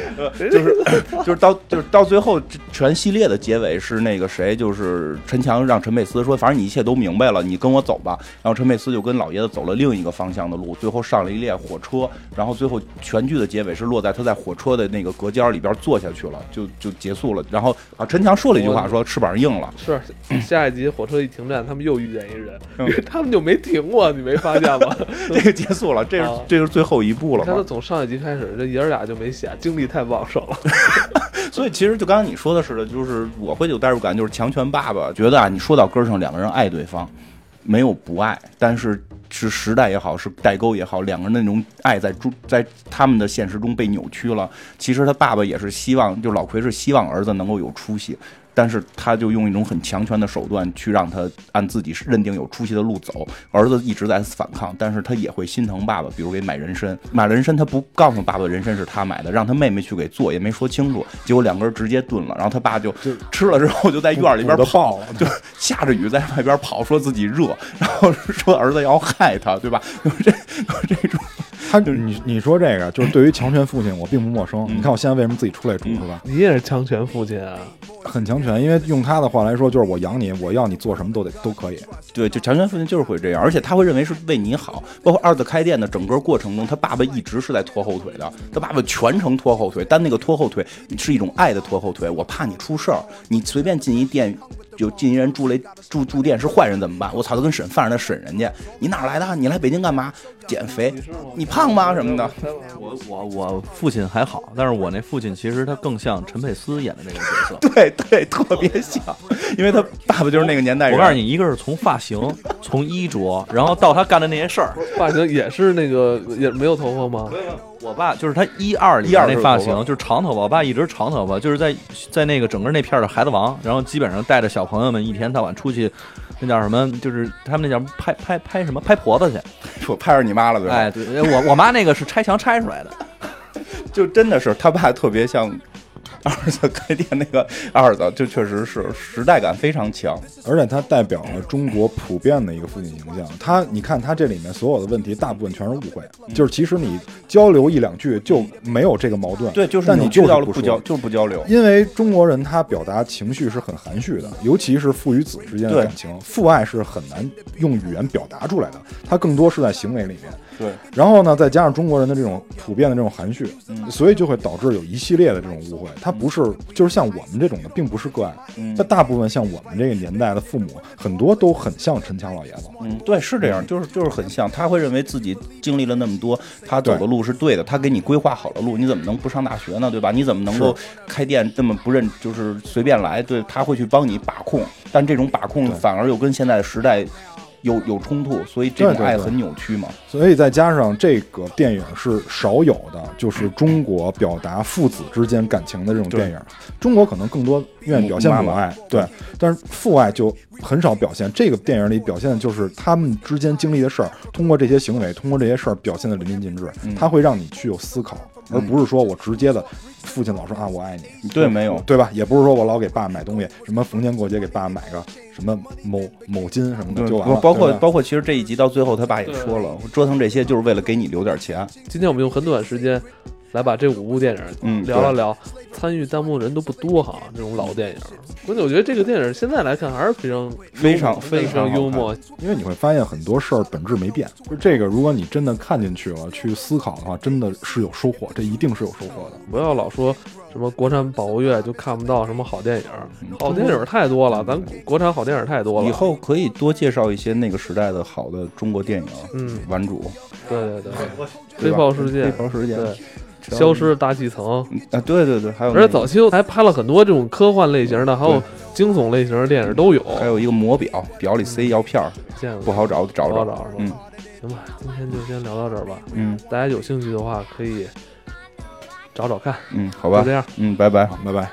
就是到最后全系列的结尾是那个谁，就是陈强让陈佩斯说，反正你一切都明白了，你跟我走吧。然后陈佩斯就跟老爷子走了另一个方向的路，最后上了一列火车，然后最后全剧的结尾是落在他在火车的那个隔间里边坐下去了，就结束了。然后陈强说了一句话，说翅膀硬了。
是下一集火车一停站，他们又遇见一人，他们就没停过，你没发现吗？
这个结束了，这是最后一部了嘛？
他从上一集开始，这爷儿俩就没写，精力太旺盛了。
所以其实就刚才你说的似的，就是我会有代入感，就是强权爸爸觉得啊，你说到根上，两个人爱对方，没有不爱，但是时代也好，是代沟也好，两个人的那种爱在他们的现实中被扭曲了。其实他爸爸也是希望，就老奎是希望儿子能够有出息。但是他就用一种很强权的手段去让他按自己认定有出息的路走，儿子一直在反抗，但是他也会心疼爸爸，比如给买人参，他不告诉爸爸人参是他买的，让他妹妹去给做，也没说清楚，结果两根直接炖了，然后他爸就吃了之后就在院里边跑，就下着雨在外边跑，说自己热，然后说儿子要害他，对吧？这种。
你说这个就是对于强权父亲我并不陌生，你看我现在为什么自己出来煮是吧？
你也是强权父亲啊，
很强权，因为用他的话来说就是我养你，我要你做什么都可以。
对，就强权父亲就是会这样，而且他会认为是为你好。包括二子开店的整个过程中，他爸爸一直是在拖后腿的，他爸爸全程拖后腿，但那个拖后腿是一种爱的拖后腿，我怕你出事儿，你随便进一店。就进一人住店是坏人怎么办？我操，他跟审犯人的审人家，你哪来的？你来北京干嘛？减肥？你胖吗？什么的？
我父亲还好，但是我那父亲其实他更像陈佩斯演的那个角色。
对，特别像，因为他爸爸就是那个年代人。
我告诉你，一个是从发型，从衣着，然后到他干的那些事儿，
发型也是那个也没有头发吗？
我爸就是他1、2里那发型就是长头发，我爸一直长头发，就是在那个整个那片的孩子王，然后基本上带着小朋友们一天到晚出去，那叫什么？就是他们那叫拍什么？拍婆子去。
我拍着你妈了，对吧？
哎，对，我妈那个是拆墙拆出来的，
就真的是他爸特别像。二子开店那个二子就确实是时代感非常强，
而且他代表了中国普遍的一个父亲形象。你看他这里面所有的问题，大部分全是误会，就是其实你交流1-2句就没有这个矛盾。
对，就是
但你就是
不交流。
因为中国人他表达情绪是很含蓄的，尤其是父与子之间的感情，父爱是很难用语言表达出来的，它更多是在行为里面。
对，
然后呢，再加上中国人的这种普遍的这种含蓄，所以就会导致有一系列的这种误会。它不是就是像我们这种的，并不是个案。它大部分像我们这个年代的父母，很多都很像陈强老爷子。
对，是这样，就是很像。他会认为自己经历了那么多，他走的路是对的，他给你规划好了路，你怎么能不上大学呢？对吧？你怎么能够开店这么不认，就是随便来？对，他会去帮你把控，但这种把控反而又跟现在的时代。有冲突，所以这种爱很扭曲嘛。
所以再加上这个电影是少有的，就是中国表达父子之间感情的这种电影。中国可能更多愿意表现母爱，对，但是父爱就很少表现。这个电影里表现的就是他们之间经历的事儿，通过这些行为，通过这些事儿表现的淋漓尽致。它会让你去有思考，而不是说我直接的。父亲老说啊，我爱你，
对，没有，
对吧？也不是说我老给爸买东西，什么逢年过节给爸买个什么某金什么的就完了。
包括，其实这一集到最后，他爸也说了，折腾这些就是为了给你留点钱。
今天我们用很短时间来把这5部电影聊了聊，参与弹幕的人都不多哈，这种老电影。关键我觉得这个电影现在来看还是非常幽默，
因为你会发现很多事儿本质没变。就这个，如果你真的看进去了，去思考的话，真的是有收获，这一定是有收获的。
不要老说什么国产保护月就看不到什么好电影，好电影太多了，咱国产好电影太多了。
以后可以多介绍一些那个时代的好的中国电影，顽主，
对，飞豹世界，对。消失的大气层
啊，对，还有，
而且早期还拍了很多这种科幻类型的，还有惊悚类型的电影都有。
还有一个魔表，表里塞药片，不好找，
找是吧？行吧，今天就先聊到这儿吧。大家有兴趣的话可以找看。
好吧，
就这样。
拜拜，
拜拜。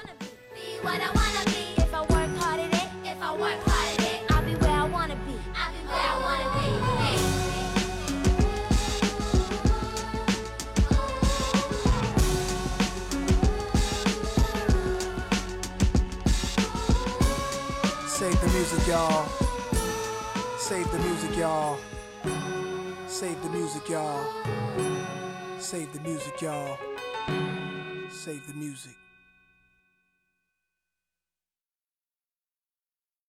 Save the music, y'all. Save the music, y'all. Save the music, y'all. Save the music, y'all. Save the music.